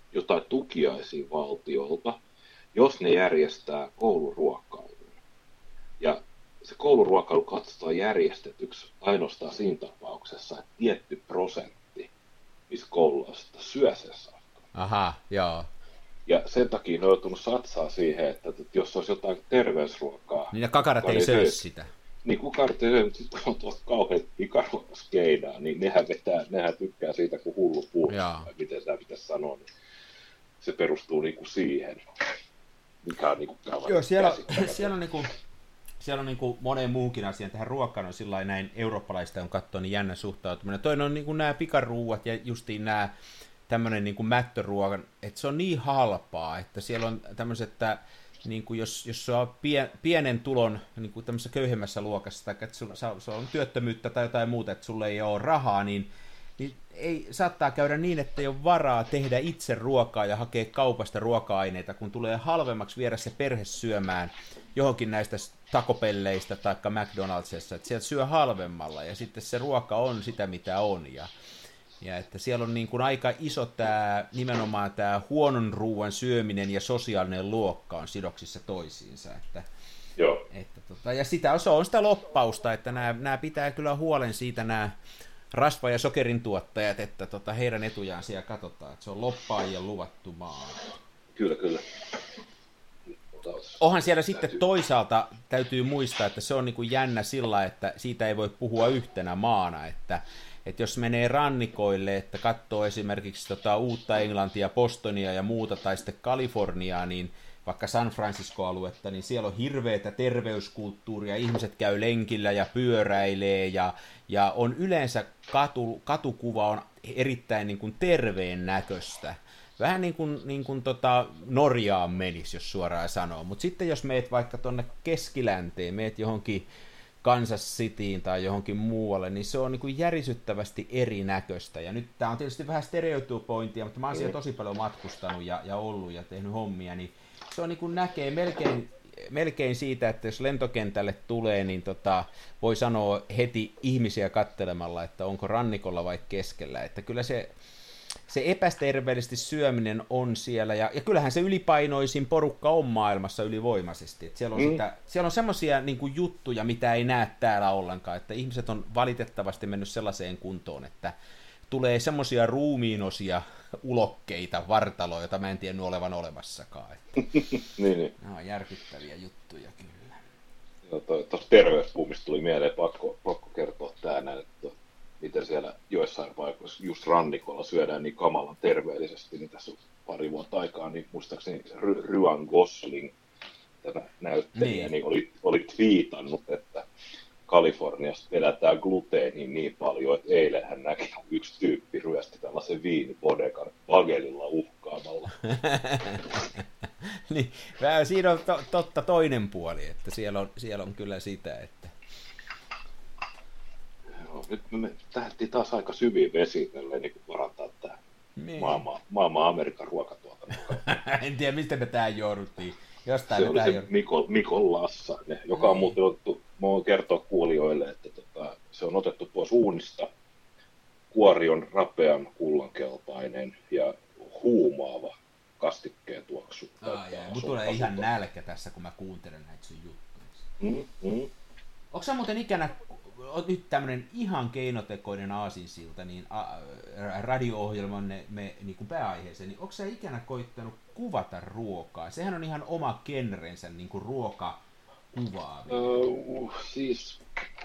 jotain tukiaisia valtiolta, jos ne järjestää kouluruokailun. Ja se kouluruokailu katsotaan järjestetyksi ainoastaan siinä tapauksessa, että tietty prosentti niistä koululaisista syö sen safkan. Aha, joo. Ja sen takia ne on joutunut satsaa siihen, että jos olisi jotain terveysruokaa... Niin ne kakarat ei söisi sitä. Niin kakarat ei söisi, mutta kun on tuossa kauhean pikaruokaskeinaa, niin nehän tykkää siitä kuin hullu puhuta, miten tämä pitäisi sanoa. Niin se perustuu niinku siihen, mikä on niinku kauhean. Joo, siellä on niinku moneen muuhunkin asiaan tähän ruokaan on sillä näin eurooppalaista on katsoa niin jännä suhtautuminen. Toinen on niinku nämä pikaruuat ja justiin nämä tämmöinen niinku mättöruokan, että se on niin halpaa, että siellä on tämmöiset, että niinku jos se on pienen tulon niinku tämmöisessä köyhemmässä luokassa, tai että se on työttömyyttä tai jotain muuta, että sulle ei ole rahaa, niin ei saattaa käydä niin, että ei ole varaa tehdä itse ruokaa ja hakea kaupasta ruoka-aineita, kun tulee halvemmaksi viedä se perhe syömään johonkin näistä takopelleistä tai McDonaldsissa, että sieltä syö halvemmalla ja sitten se ruoka on sitä, mitä on. Ja että siellä on niin kuin aika iso nimenomaan tämä huonon ruoan syöminen ja sosiaalinen luokka on sidoksissa toisiinsa. Joo. Ja se on sitä loppausta, että nämä pitää kyllä huolen siitä nämä rasva- ja sokerin tuottajat, että heidän etujaan siellä katsotaan, että se on loppaajien luvattu maa. Kyllä. Onhan siellä sitten toisaalta, täytyy muistaa, että se on niin kuin jännä sillä, että siitä ei voi puhua yhtenä maana, että jos menee rannikoille, että katsoo esimerkiksi Uutta Englantia, Bostonia ja muuta, tai sitten Kaliforniaa, niin vaikka San Francisco-aluetta, niin siellä on hirveätä terveyskulttuuria, ihmiset käy lenkillä ja pyöräilee, ja on yleensä katukuva on erittäin niin kuin terveen näköistä. Vähän niin kuin Norjaan menisi, jos suoraan sanoo. Mutta sitten jos meet vaikka tuonne keskilänteen, meet johonkin Kansas Cityin tai johonkin muualle, niin se on niin kuin järisyttävästi erinäköistä. Ja nyt tämä on tietysti vähän stereotypointia, mutta mä oon siellä tosi paljon matkustanut ja ollut ja tehnyt hommia, niin se on niin kuin näkee melkein siitä, että jos lentokentälle tulee, niin voi sanoa heti ihmisiä katselemalla, että onko rannikolla vai keskellä. Että kyllä se epäterveellisesti syöminen on siellä, ja kyllähän se ylipainoisin porukka on maailmassa ylivoimaisesti. Että siellä on semmoisia niin kuin juttuja, mitä ei näe täällä ollenkaan, että ihmiset on valitettavasti mennyt sellaiseen kuntoon, että tulee semmoisia ruumiinosia ulokkeita, vartaloja, joita mä en tiennyt olevan olemassakaan. niin. Nämä on järkyttäviä juttuja kyllä. Tuosta terveyspuumista tuli mieleen, pakko kertoa tämä, että miten siellä joissain paikoissa just rannikolla syödään niin kamalan terveellisesti, niin tässä on pari vuotta aikaa, niin muistaakseni Ryan Gosling, tämä näyttelijä, niin oli twiitannut, että Kaliforniasta vedetään gluteeniin niin paljon, että eilen hän näki, kun yksi tyyppi ryösti tällaisen viinibodekan bagelilla uhkaamalla. Niin, siinä on totta toinen puoli, että siellä on kyllä sitä, että nyt me lähdettiin taas aika syviin vesiin niin kuin parantaa tämä maailman Amerikan ruokatuotannon. En tiedä, mistä me tähän jouduttiin. Jostain se oli se Mikon Lassainen, joka on muuten otettu, mä voin kertoa kuulijoille, että se on otettu pois uunista. Kuori on rapean kullankeltainen ja huumaava kastikkeen tuoksu. Mut tulee ihan nälkä tässä, kun mä kuuntelen näitä sun juttuja. Onko sä muuten ikänä, nyt tämmönen ihan keinotekoinen aasinsilta, niin radio-ohjelman niin kuin pääaiheeseen, niin onko sä ikänä koittanut kuvata ruokaa? Sehän on ihan oma genrensä niin kuin ruokakuvaaminen. Siis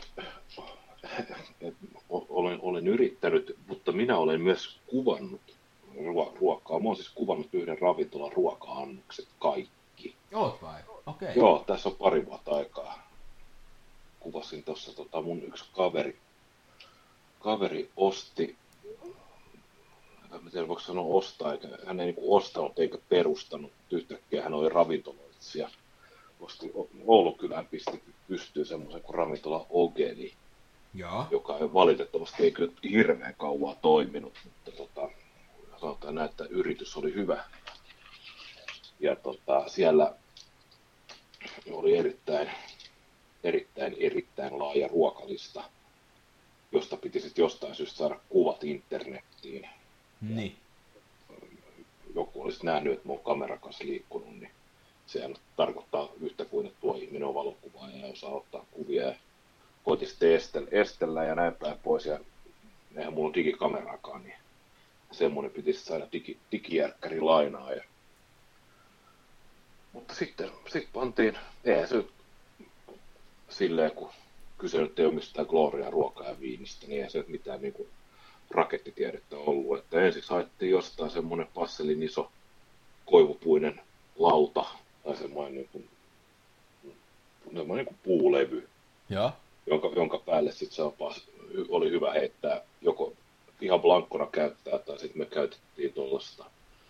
olen yrittänyt, mutta minä olen myös kuvannut ruokaa. Mä oon siis kuvannut yhden ravintolan ruoka-annokset kaikki. Oot vai? Okei. Okay. Joo, tässä on pari vuotta aikaa. Kuvasin tuossa mun yksi kaveri osti, en tiedä voiko sanoa ostaa, hän ei niinku ostanut eikä perustanut, yhtäkkiä hän oli ravintoloitsija. Oulukylään pisti pystyyn semmoisen kuin ravintola Ogeni, joka ei valitettavasti ei kyllä hirveän kauan toiminut, mutta sanotaan näin, että yritys oli hyvä. Ja siellä oli erittäin laaja ruokalista, josta piti sitten jostain syystä saada kuvat internettiin. Niin. Joku olisit nähnyt, että mä oon kameran kanssa liikkunut, niin sehän tarkoittaa yhtä kuin, että tuo ihminen on valokuvaaja ja osaa ottaa kuvia ja koitin sitten estellä ja näin päin pois. Ja eihän mulla ole digikameraakaan, niin semmoinen pitäisi saada digijärkkäri lainaa. Mutta sitten pantiin, eihän se silleen, kun kyse nyt ei ole mistään Gloria ruokaa ja viinistä, niin eihän se mitään niin kuin rakettitiedettä ollut. Että ensiksi haettiin jostain semmoinen passelin iso koivupuinen lauta tai semmoinen niin kuin puulevy, ja. jonka päälle sitten oli hyvä heittää joko ihan blankkona käyttää tai sitten me käytettiin tuollaista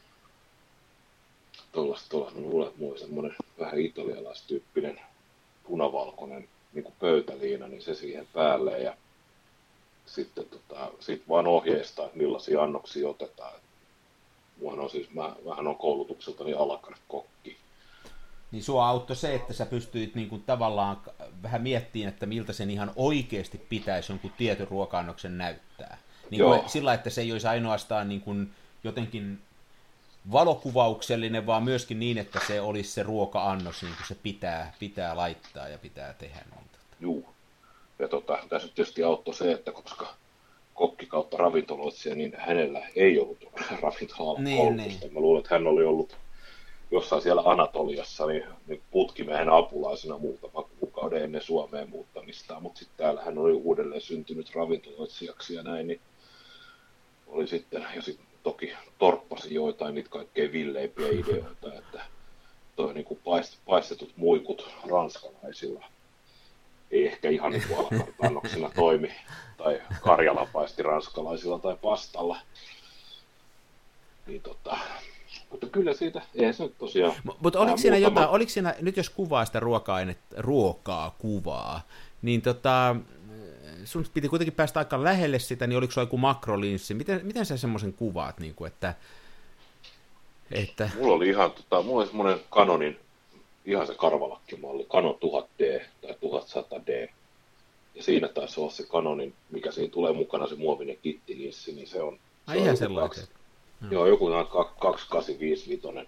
semmoinen vähän italialaistyyppinen punavalkoinen niin kuin pöytäliina, niin se siihen päälle ja sitten sit vaan ohjeistaa, että millaisia annoksia otetaan. Mä vähän on koulutukseltani à la carte kokki. Niin sua auttoi se, että sä pystyit niin kuin tavallaan vähän miettimään, että miltä sen ihan oikeasti pitäisi jonkun tietyn ruoka-annoksen näyttää. Niin kuin sillä, että se ei olisi ainoastaan niin kuin jotenkin valokuvauksellinen, vaan myöskin niin, että se olisi se ruoka-annos, niin kuin se pitää laittaa ja pitää tehdä. Niin Juu. Ja tässä tietysti auttoi se, että koska kokki kautta ravintoloitsija, niin hänellä ei ollut ravintola-koulutusta. Mä luulen, että hän oli ollut jossain siellä Anatoliassa niin putkimiehen apulaisena muutama kuukauden ennen Suomeen muuttamista, mutta sitten täällä hän oli uudelleen syntynyt ravintoloitsijaksi ja näin, niin oli sitten, ja sitten toki torppasi joitain niitä kaikkein villeimpiä ideoita, että toi niin kuin paistetut muikut ranskalaisilla ei ehkä ihan niin kuin alakartannoksena toimi, tai Karjala paisti ranskalaisilla tai pastalla. Niin mutta kyllä siitä, eihän se nyt tosiaan... Mutta oliko siinä, nyt jos kuvaa sitä ruokaa kuvaa, niin sun piti kuitenkin päästä aika lähelle sitä, niin oliko sulla joku makrolinssi? Miten sä semmoisen kuvaat, niin kuin, että... Mulla oli semmoinen Canonin, ihan se karvalakkimalli, Canon 1000D tai 1100D. Ja siinä taisi olla se Canonin, mikä siinä tulee mukana, se muovinen kittilinssi, niin se on... ihan sellainen. Joo, joku 2855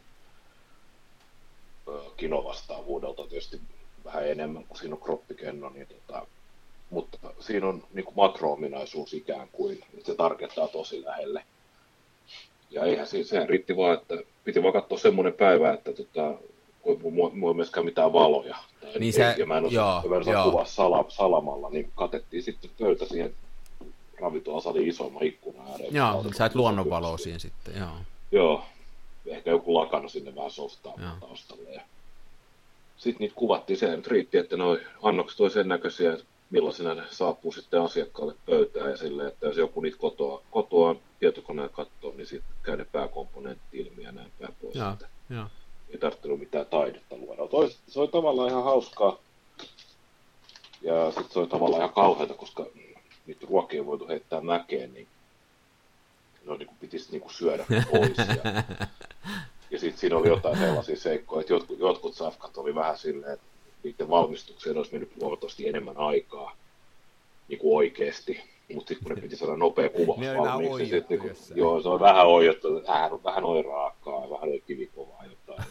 kinovastaavuudelta tietysti vähän enemmän kuin siinä on kroppikenno, niin mutta siinä on niin kuin makro-ominaisuus ikään kuin, että se tarkentaa tosi lähelle. Ja eihän sehän riitti vaan, että piti vaan katsoa semmoinen päivä, että mulla ei myöskään mitään valoja. Niin ja mä en osaa kuvaa salamalla, niin katettiin sitten pöytä siihen ravintolasalin isomman ikkunan ääreen. Joo, sait luonnonvaloa siihen sitten, joo. Joo, ehkä joku lakana sinne vähän softaa taustalle. Ja sitten niitä kuvattiin, sehän nyt riitti, että noi annokset oli sen näköisiä, että millaisena ne saapuu sitten asiakkaalle pöytään ja silleen, että jos joku niitä kotoa tietokoneen katsoo, niin sitten käy ne pääkomponentti ilmi ja näin päin pois. Joo. Ei tarvittanut mitään taidetta luoda. Se oli tavallaan ihan hauskaa ja sitten se oli tavallaan ihan kauheata, koska niitä ruokia ei voitu heittää mäkeen, niin ne niin pitisi niin syödä pois. Ja sitten siinä oli jotain sellaisia seikkoja, että jotkut safkat oli vähän silleen, että niiden valmistukseen olisi mennyt huomattavasti enemmän aikaa niin kuin oikeasti. Mutta sitten kun ne piti saada nopea kuva valmiiksi, niin se on vähän oijottu, vähän oiraakaa ja vähän kivikovaa jotain.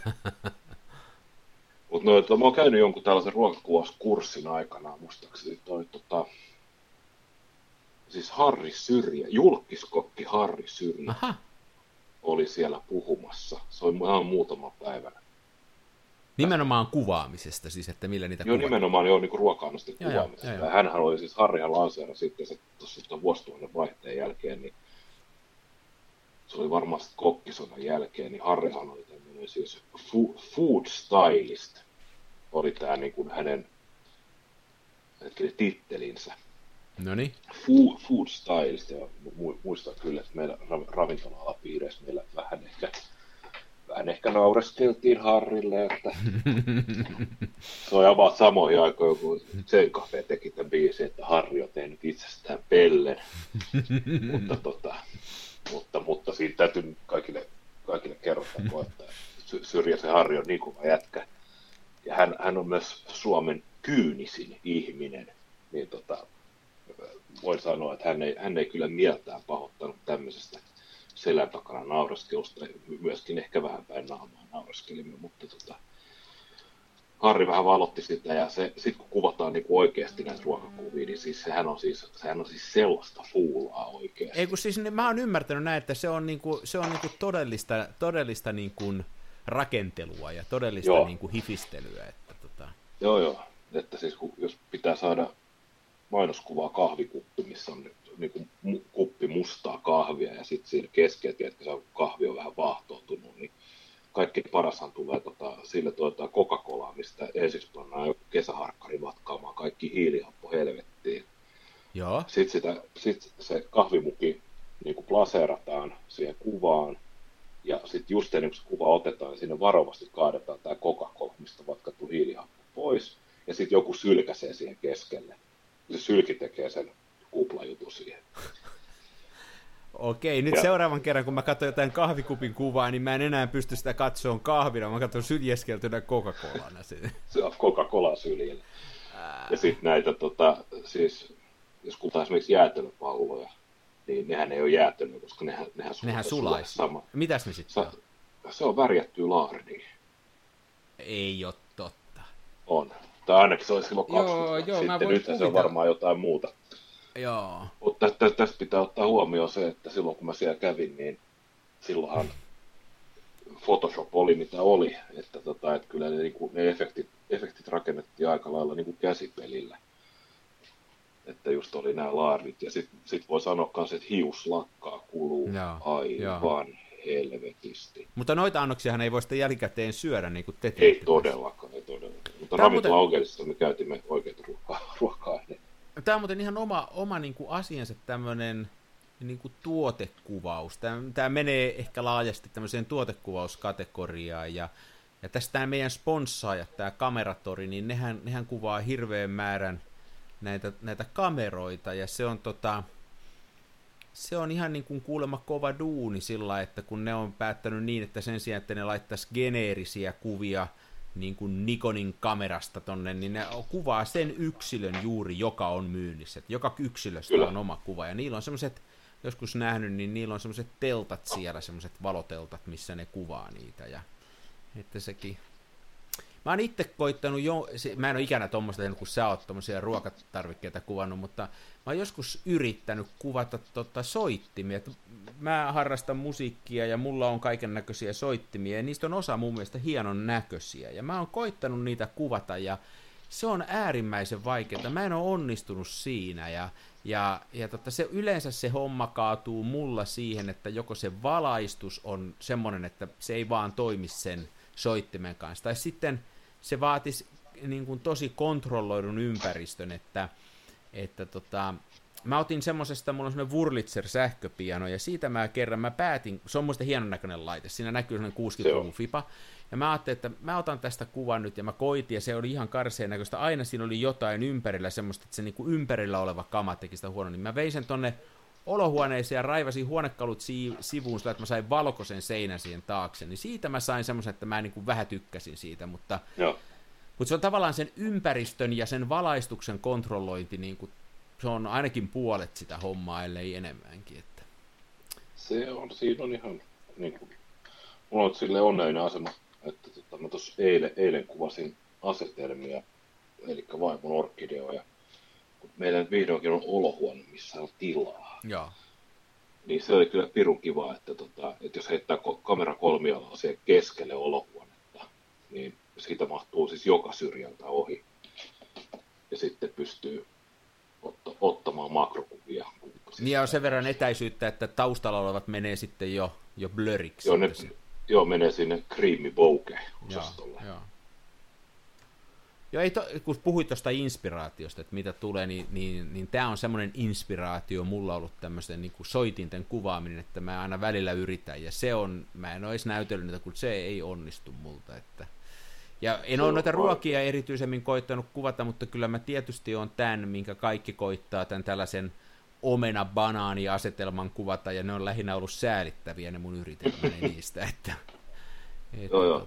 Mutta mä oon käynyt jonkun tällaisen ruokakuvauskurssin aikana, muistaakseni siis Harri Syrjä, julkiskokki Harri Syrjä oli siellä puhumassa. Se oli ihan muutama päivänä. Nimenomaan kuvaamisesta, siis että millä niitä kuvataan. Joo, nimenomaan niin ruoka-annosten kuvaamisesta. Ja hänhän oli siis, Harrihan lanseera sitten se tuossa vuosituhannen vaihteen jälkeen, niin se oli varmaan sitten kokkisodan jälkeen, niin Harrihan oli tämmöinen siis food stylist, oli tämä niin kuin hänen tittelinsä. Noniin. Food stylist, ja muistan kyllä, että meillä ravintola-alapiireissä meillä vähän ehkä naureskeltiin Harrille, että se on about samoihin aikoihin, kun Zen Cafe teki tämän biisin, että Harri on tehnyt itsestään pellen. mutta siitä täytyy kaikille kerrota, että Syrjäsen Harri on niin kova jätkä. Ja hän on myös Suomen kyynisin ihminen, niin voin sanoa, että hän ei kyllä mieltään pahoittanut tämmöisestä selän takana nauraskelusta, myöskin ehkä vähän päin naamaa nauraskelimme, mutta Harri vähän valotti sitä, ja sitten kun kuvataan niin kuin oikeasti näitä ruokakuvia, niin siis sehän on siis sellaista fuulaa oikeasti. Ei kun siis mä oon ymmärtänyt näin, että se on niinku todellista niinku rakentelua ja todellista niinku hifistelyä. Että Joo, että siis jos pitää saada mainoskuvaa kahvikuppi, missä on niin kuin kuppi mustaa kahvia, ja sitten siinä keskellä, että kahvi on vähän vaahtoutunut, niin kaikkein parashan tulee sille Coca-Colaa, mistä ensiksi pannaan joku kesäharkkari matkaamaan kaikki hiilihappo helvettiin. Joo. Sitten se kahvimuki niin kuin plaseerataan siihen kuvaan, ja sitten just ennen kuin se kuva otetaan, niin sinne varovasti kaadetaan tämä Coca-Cola, mistä on vatkattu hiilihappo pois, ja sitten joku sylkäsee siihen keskelle. Se sylki tekee sen kuplajutun siihen. Okei, nyt seuraavan kerran, kun mä katson jotain kahvikupin kuvaa, niin mä en enää pysty sitä katsomaan kahvina, mä katson syljeskeltynä Coca-Colana. Se on Coca-Cola syljellä. Ja sitten näitä, siis, jos kutaan esimerkiksi jäätelöpalloja, niin nehän ei ole jäätelöä, koska nehän sulaisi. Mitäs ne sitten on? Se on värjättyä laardia. Ei ole totta. On. Tai ainakin se oli silloin 20 joo, sitten, nyt se on varmaan jotain muuta. Joo. Mutta tästä pitää ottaa huomioon se, että silloin kun mä siellä kävin, niin silloinhan Photoshop oli mitä oli, että kyllä ne efektit rakennettiin aika lailla niin kuin käsipelillä. Että just oli nämä laarvit, ja sit voi sanoa myös, että hiuslakkaa kuluu aivan helvetisti. Mutta noita annoksiahan ei voi sitä jälkikäteen syödä, niin kuin te teette. Ei todellakaan. Mutta ravintola Augelissa me käytimme oikeita ruoka-aineita. Tämä on muuten ihan oma niin kuin asiansa tämmöinen niin kuin tuotekuvaus. Tämä menee ehkä laajasti tämmöiseen tuotekuvauskategoriaan, ja tästä tämä meidän sponssaajat, tämä Kameratori, niin nehän kuvaa hirveän määrän näitä kameroita, ja se on ihan niin kuin kuulemma kova duuni sillä, että kun ne on päättänyt niin, että sen sijaan, että ne laittaisi geneerisiä kuvia niin kuin Nikonin kamerasta tonne, niin ne kuvaa sen yksilön juuri, joka on myynnissä. Että joka yksilöstä on oma kuva, ja niillä on semmoiset, joskus nähnyt, niin niillä on semmoiset teltat siellä, semmoiset valoteltat, missä ne kuvaa niitä, ja että sekin. Mä oon itse koittanut mä en ole ikänä tuommoista tehnyt, kun sä oot tommosia ruokatarvikkeita kuvannut, mutta mä oon joskus yrittänyt kuvata soittimia. Mä harrastan musiikkia ja mulla on kaiken näköisiä soittimia, ja niistä on osa mun mielestä hienon näköisiä. Ja mä oon koittanut niitä kuvata, ja se on äärimmäisen vaikeaa. Mä en ole onnistunut siinä, ja yleensä se homma kaatuu mulla siihen, että joko se valaistus on semmoinen, että se ei vaan toimi sen soittimen kanssa, tai sitten se vaatisi niin kuin tosi kontrolloidun ympäristön, että mä otin semmosesta, mulla on semmoinen Wurlitzer-sähköpiano, ja siitä mä päätin, se on muista hienon näköinen laite, siinä näkyy semmoinen 60-luvun fipa, ja mä ajattelin, että mä otan tästä kuvan nyt, ja mä koitin, ja se oli ihan karseen näköistä, aina siinä oli jotain ympärillä semmoista, että se niin kuin ympärillä oleva kama teki sitä huono, niin mä vein sen tonne olohuoneeseen ja raivasin huonekalut sivuun sillä, että mä sain valkoisen seinän siihen taakse, niin siitä mä sain semmoisen, että mä niin kuin vähän tykkäsin siitä, mutta se on tavallaan sen ympäristön ja sen valaistuksen kontrollointi, niin kuin, se on ainakin puolet sitä hommaa, ellei enemmänkin. Että. Siinä on ihan, niin kuin, mulla on silleen onnellinen asema, että mä tuossa eilen kuvasin asetelmia, eli vaimon orkideoja. Meillä vihdoinkin on olohuone, missä on tilaa. Joo. Niin se oli kyllä pirun kiva, että jos heittää kamerakolmialaa siihen keskelle olohuonetta, niin siitä mahtuu siis joka syrjältä ohi. Ja sitten pystyy ottamaan makrokuvia. Niin ja on sen verran etäisyyttä, että taustalla olevat menee sitten jo bluriksi. Joo, menee sinne creamy bokeh-osastolle. Joo. Joo, kun puhuit tuosta inspiraatiosta, että mitä tulee, niin tämä on semmoinen inspiraatio mulla ollut tämmöisen niin kuin soitinten kuvaaminen, että mä aina välillä yritän, ja mä en ole edes näytellyt niitä, kun se ei onnistu multa. Ja en ole noita ruokia erityisemmin koittanut kuvata, mutta kyllä mä tietysti on tämän, minkä kaikki koittaa, tämän tällaisen omena-banaani-asetelman kuvata, ja ne on lähinnä ollut säälittäviä ne mun yritelmäni niistä, Joo.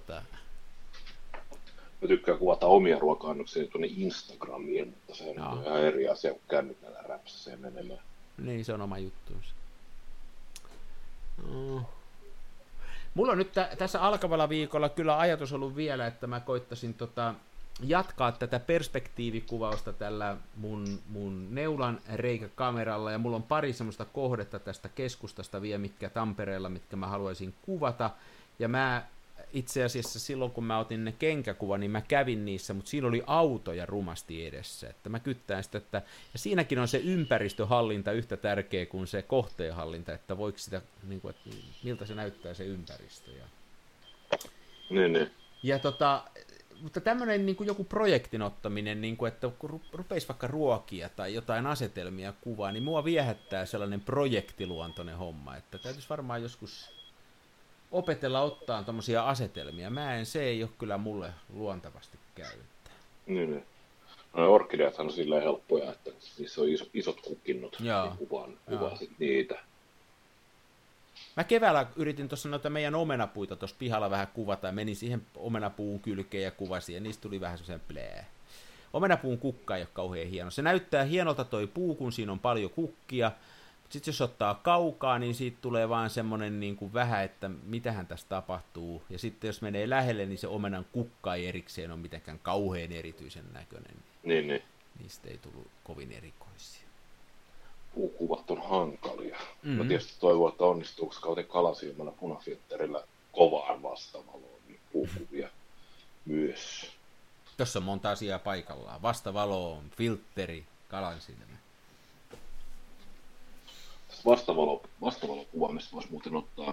Mä tykkään kuvata omia ruoka-annoksia tuonne Instagramiin, mutta se on ihan eri asia, kun kännykällä räpsäsee menemään. Niin, se on oma juttuunsa. Mulla on nyt tässä alkavalla viikolla kyllä ajatus ollut vielä, että mä koittaisin jatkaa tätä perspektiivikuvausta tällä mun neulan reikäkameralla, ja mulla on pari semmoista kohdetta tästä keskustasta vielä, mitkä Tampereella, mitkä mä haluaisin kuvata, ja mä itse asiassa silloin, kun mä otin ne kenkäkuva, niin mä kävin niissä, mutta siinä oli autoja rumasti edessä, että mä kyttään sitä, ja siinäkin on se ympäristöhallinta yhtä tärkeä kuin se kohteenhallinta, että voiko sitä, niin kuin, että miltä se näyttää se ympäristö. Niin. Ja mutta tämmöinen niin kuin joku projektin ottaminen, niin kuin, että kun rupeisi vaikka ruokia tai jotain asetelmia kuvaa, niin mua viehättää sellainen projektiluontoinen homma, että täytyisi varmaan joskus opetella ottaa tommosia asetelmia. Se ei ole kyllä mulle luontavasti käyttää. Niin. No, orkideathan on silleen helppoja, että niissä on isot kukinnot, niin kuvasit niitä. Mä keväällä yritin tuossa noita meidän omenapuita tuossa pihalla vähän kuvata, ja menin siihen omenapuun kylkeen ja kuvasin, ja niistä tuli vähän semmoisen plää. Omenapuun kukka ei ole kauhean hieno. Se näyttää hienolta toi puu, kun siinä on paljon kukkia, mutta sitten jos ottaa kaukaa, niin siitä tulee vaan semmoinen niin kuin vähän, että mitähän tässä tapahtuu. Ja sitten jos menee lähelle, niin se omenan kukka ei erikseen ole mitenkään kauhean erityisen näköinen. Niin. Niistä ei tullut kovin erikoisia. Puukuvat on hankalia. Mä tietysti toivon, että onnistuuko kauden kalasilmällä punafiltterillä kovaan vastavaloon, niin puukuvia myös. Tuossa on monta asiaa paikallaan. Vastavalo, filtteri, kalansilmä. Vastavalokuvaamista voisi muuten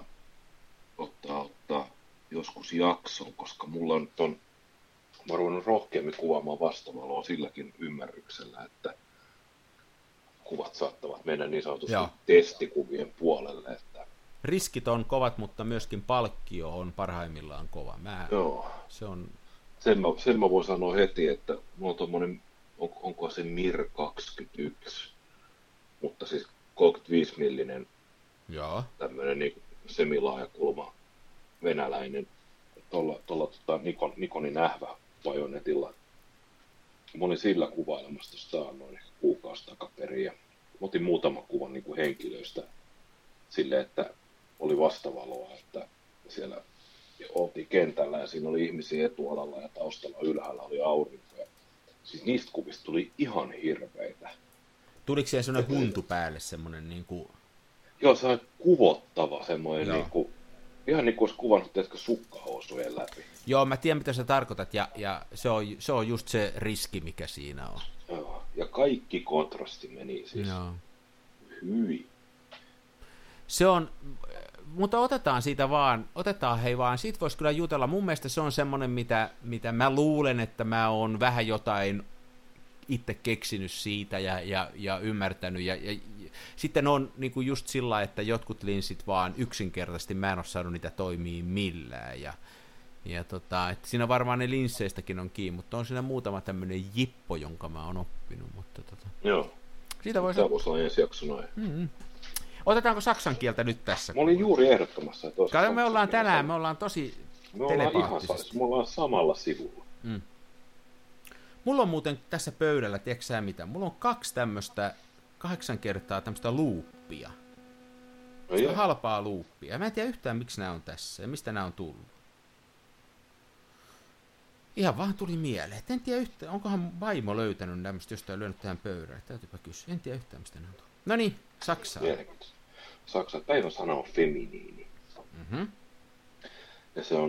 ottaa joskus jakson, koska mulla on nyt mä oon ruvennut rohkeammin kuvaamaan vastavaloa silläkin ymmärryksellä, että kuvat saattavat mennä niin sanotusti testikuvien puolelle. Että riskit on kovat, mutta myöskin palkkio on parhaimmillaan kova. Sen mä voin sanoa heti, että mulla on tommonen, onko se Mir 21, mutta siis 35-millinen tämmöinen niin semilaajakulma venäläinen tuolla Nikonin nähvä bajonetilla. Mä olin sillä kuvailemassa tuosta noin kuukausi takaperin, ja otin muutaman kuvan niin kuin henkilöistä silleen, että oli vastavaloa, että siellä oltiin kentällä ja siinä oli ihmisiä etualalla ja taustalla ylhäällä oli aurinko. Ja siis niistä kuvista tuli ihan hirveitä. Tuliko siellä semmoinen huntu päälle semmoinen niin kuin... Joo, se on kuvottava semmoinen niin kuin, ihan niin kuin olisi kuvannut teetkö sukkahousujen läpi. Joo, mä tiedän mitä sä tarkoitat, ja se on just se riski, mikä siinä on. Joo, ja kaikki kontrasti meni siis. Hyi. Se on, mutta otetaan siitä vaan, siitä voisi kyllä jutella. Mun mielestä se on semmoinen, mitä mä luulen, että mä oon vähän jotain itse keksinyt siitä ja ymmärtänyt, ja sitten on niinku just sillä, että jotkut linssit vaan yksinkertaisesti, mä en ole saanut niitä toimii millään, että siinä varmaan ne linsseistäkin on kiinni, mutta on siinä muutama tämmöinen jippo, jonka mä oon oppinut, mutta Joo, siitä voisi olla ensi jaksona. Otetaanko saksan kieltä nyt tässä? Mä olin juuri ehdottamassa, että me ollaan tänään, me ollaan tosi telepaattisesti. Me ollaan samalla sivulla. Mulla on muuten tässä pöydällä, tiedätkö sä mitä? Mulla on 2 tämmöistä 8 kertaa tämmöistä luuppia. No halpaa luuppia. Mä en tiedä yhtään, miksi nämä on tässä ja mistä nämä on tullut. Ihan vaan tuli mieleen. En tiedä yhtään, onkohan vaimo löytänyt tämmöistä jostain lyönyt tähän pöydälle. Täytyypä kysyä. En tiedä yhtään, mistä nämä on tullut. No niin, Saksaa. Saksan päivän sana on feminiini. Ja se on...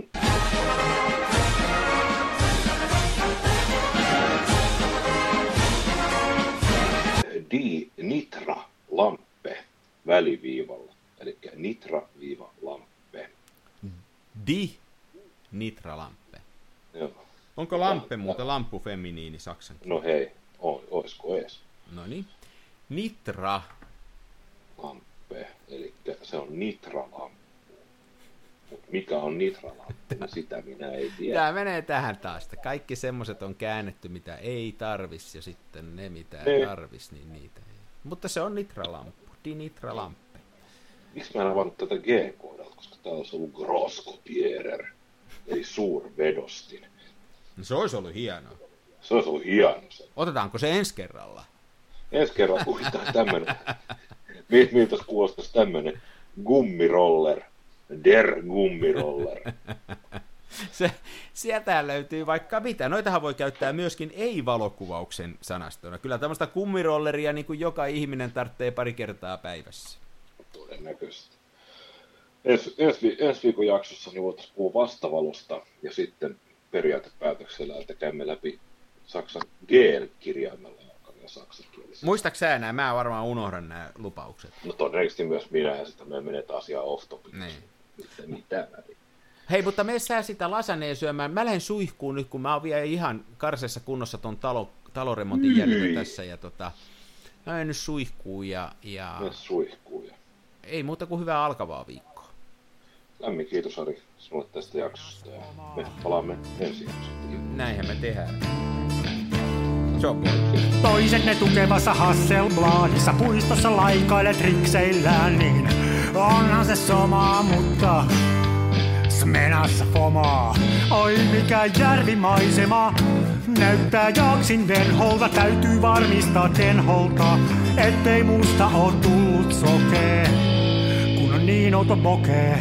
Nitra Lampe väliviivalla. Eli Nitra-Lampe. Nitra Lampe. Joo. Onko lampe muuten lampu feminiini saksan? No hei, oisko ees? No niin. Nitra Lampe, eli se on Nitra-lamppu. Mutta mikä on Nitra-lamppu, niin sitä minä ei tiedä. Tämä menee tähän taas. Kaikki semmoiset on käännetty, mitä ei tarvis, ja sitten ne, mitä tarvis, niin niitä ei. Mutta se on Nitra-lamppu, Nitra-lamppu. Miksi mä en avannut tätä G-koodalta, koska täällä olisi ollut Groskopierer, eli suurvedostin. No se olisi ollut hienoa. Se olisi ollut hienoa. Otetaanko se ensi kerralla? Ensi kerralla kuvitaan tämmönen. Miltä kuulostaisi tämmönen Gummiroller. Der Gummiroller. Sieltä löytyy vaikka mitä. Noitahan voi käyttää myöskin ei-valokuvauksen sanastona. Kyllä tämmöistä kummirolleria niin kuin joka ihminen tarvitsee pari kertaa päivässä. Todennäköisesti. Ensi viikon jaksossa niin voitaisiin puhua vastavalosta ja sitten periaatepäätöksellä, että käymme läpi Saksan GL-kirjaimella alkavia saksankielisiä. Muistatko sä enää? Mä varmaan unohdan nämä lupaukset. No todennäköisesti myös minä ja sitten me menetään asiaa off-topiciksi. Niin. Mitä? Hei, mutta mene sä sitä lasaneen syömään. Mä lähden suihkuun nyt, kun mä oon vielä ihan karsessa kunnossa ton taloremontin jäljellä tässä. Ja mä menen nyt suihkuun ja... Ei muuta kuin hyvää alkavaa viikkoa. Lämmin kiitos Ari sinulle tästä jaksosta ja me palaamme ensi jaksossa. Näinhän me tehdään. Se on Toisenne tukevassa Hasselbladissa puistossa laikailet rikseillään, niin onhan se sama, mutta Smenassa fomaa. Oi mikä järvimaisema, näyttää jaksin venholta, täytyy varmistaa tenholta, ettei musta oo tullut sokee, kun on niin outo bokee.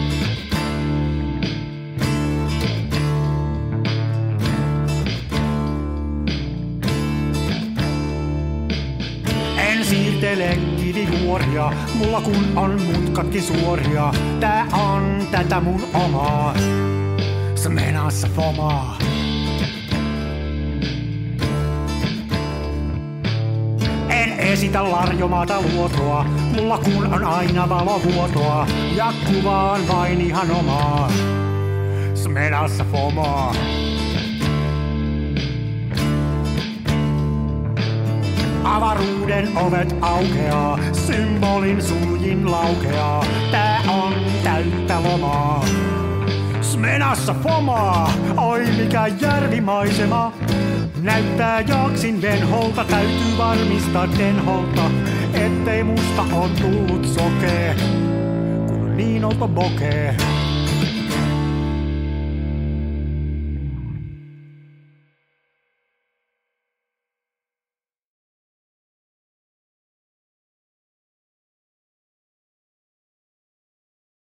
Siirtele kivijuoria, mulla kun on mutkatkin suoria. Tää on tätä mun omaa, Smenassa fomaa. En esitä larjomaata luotoa, mulla kun on aina valovuotoa. Ja kuvaan vain ihan omaa, Smenassa fomaa. Avaruuden ovet aukeaa, symbolin suljin laukeaa. Tää on täyttä lomaa, Smenassa fomaa. Oi mikä järvimaisema, näyttää jaksin venholta, täytyy varmistaa tenholta, ettei musta oo tullut sokee, kun on niin outo bokee.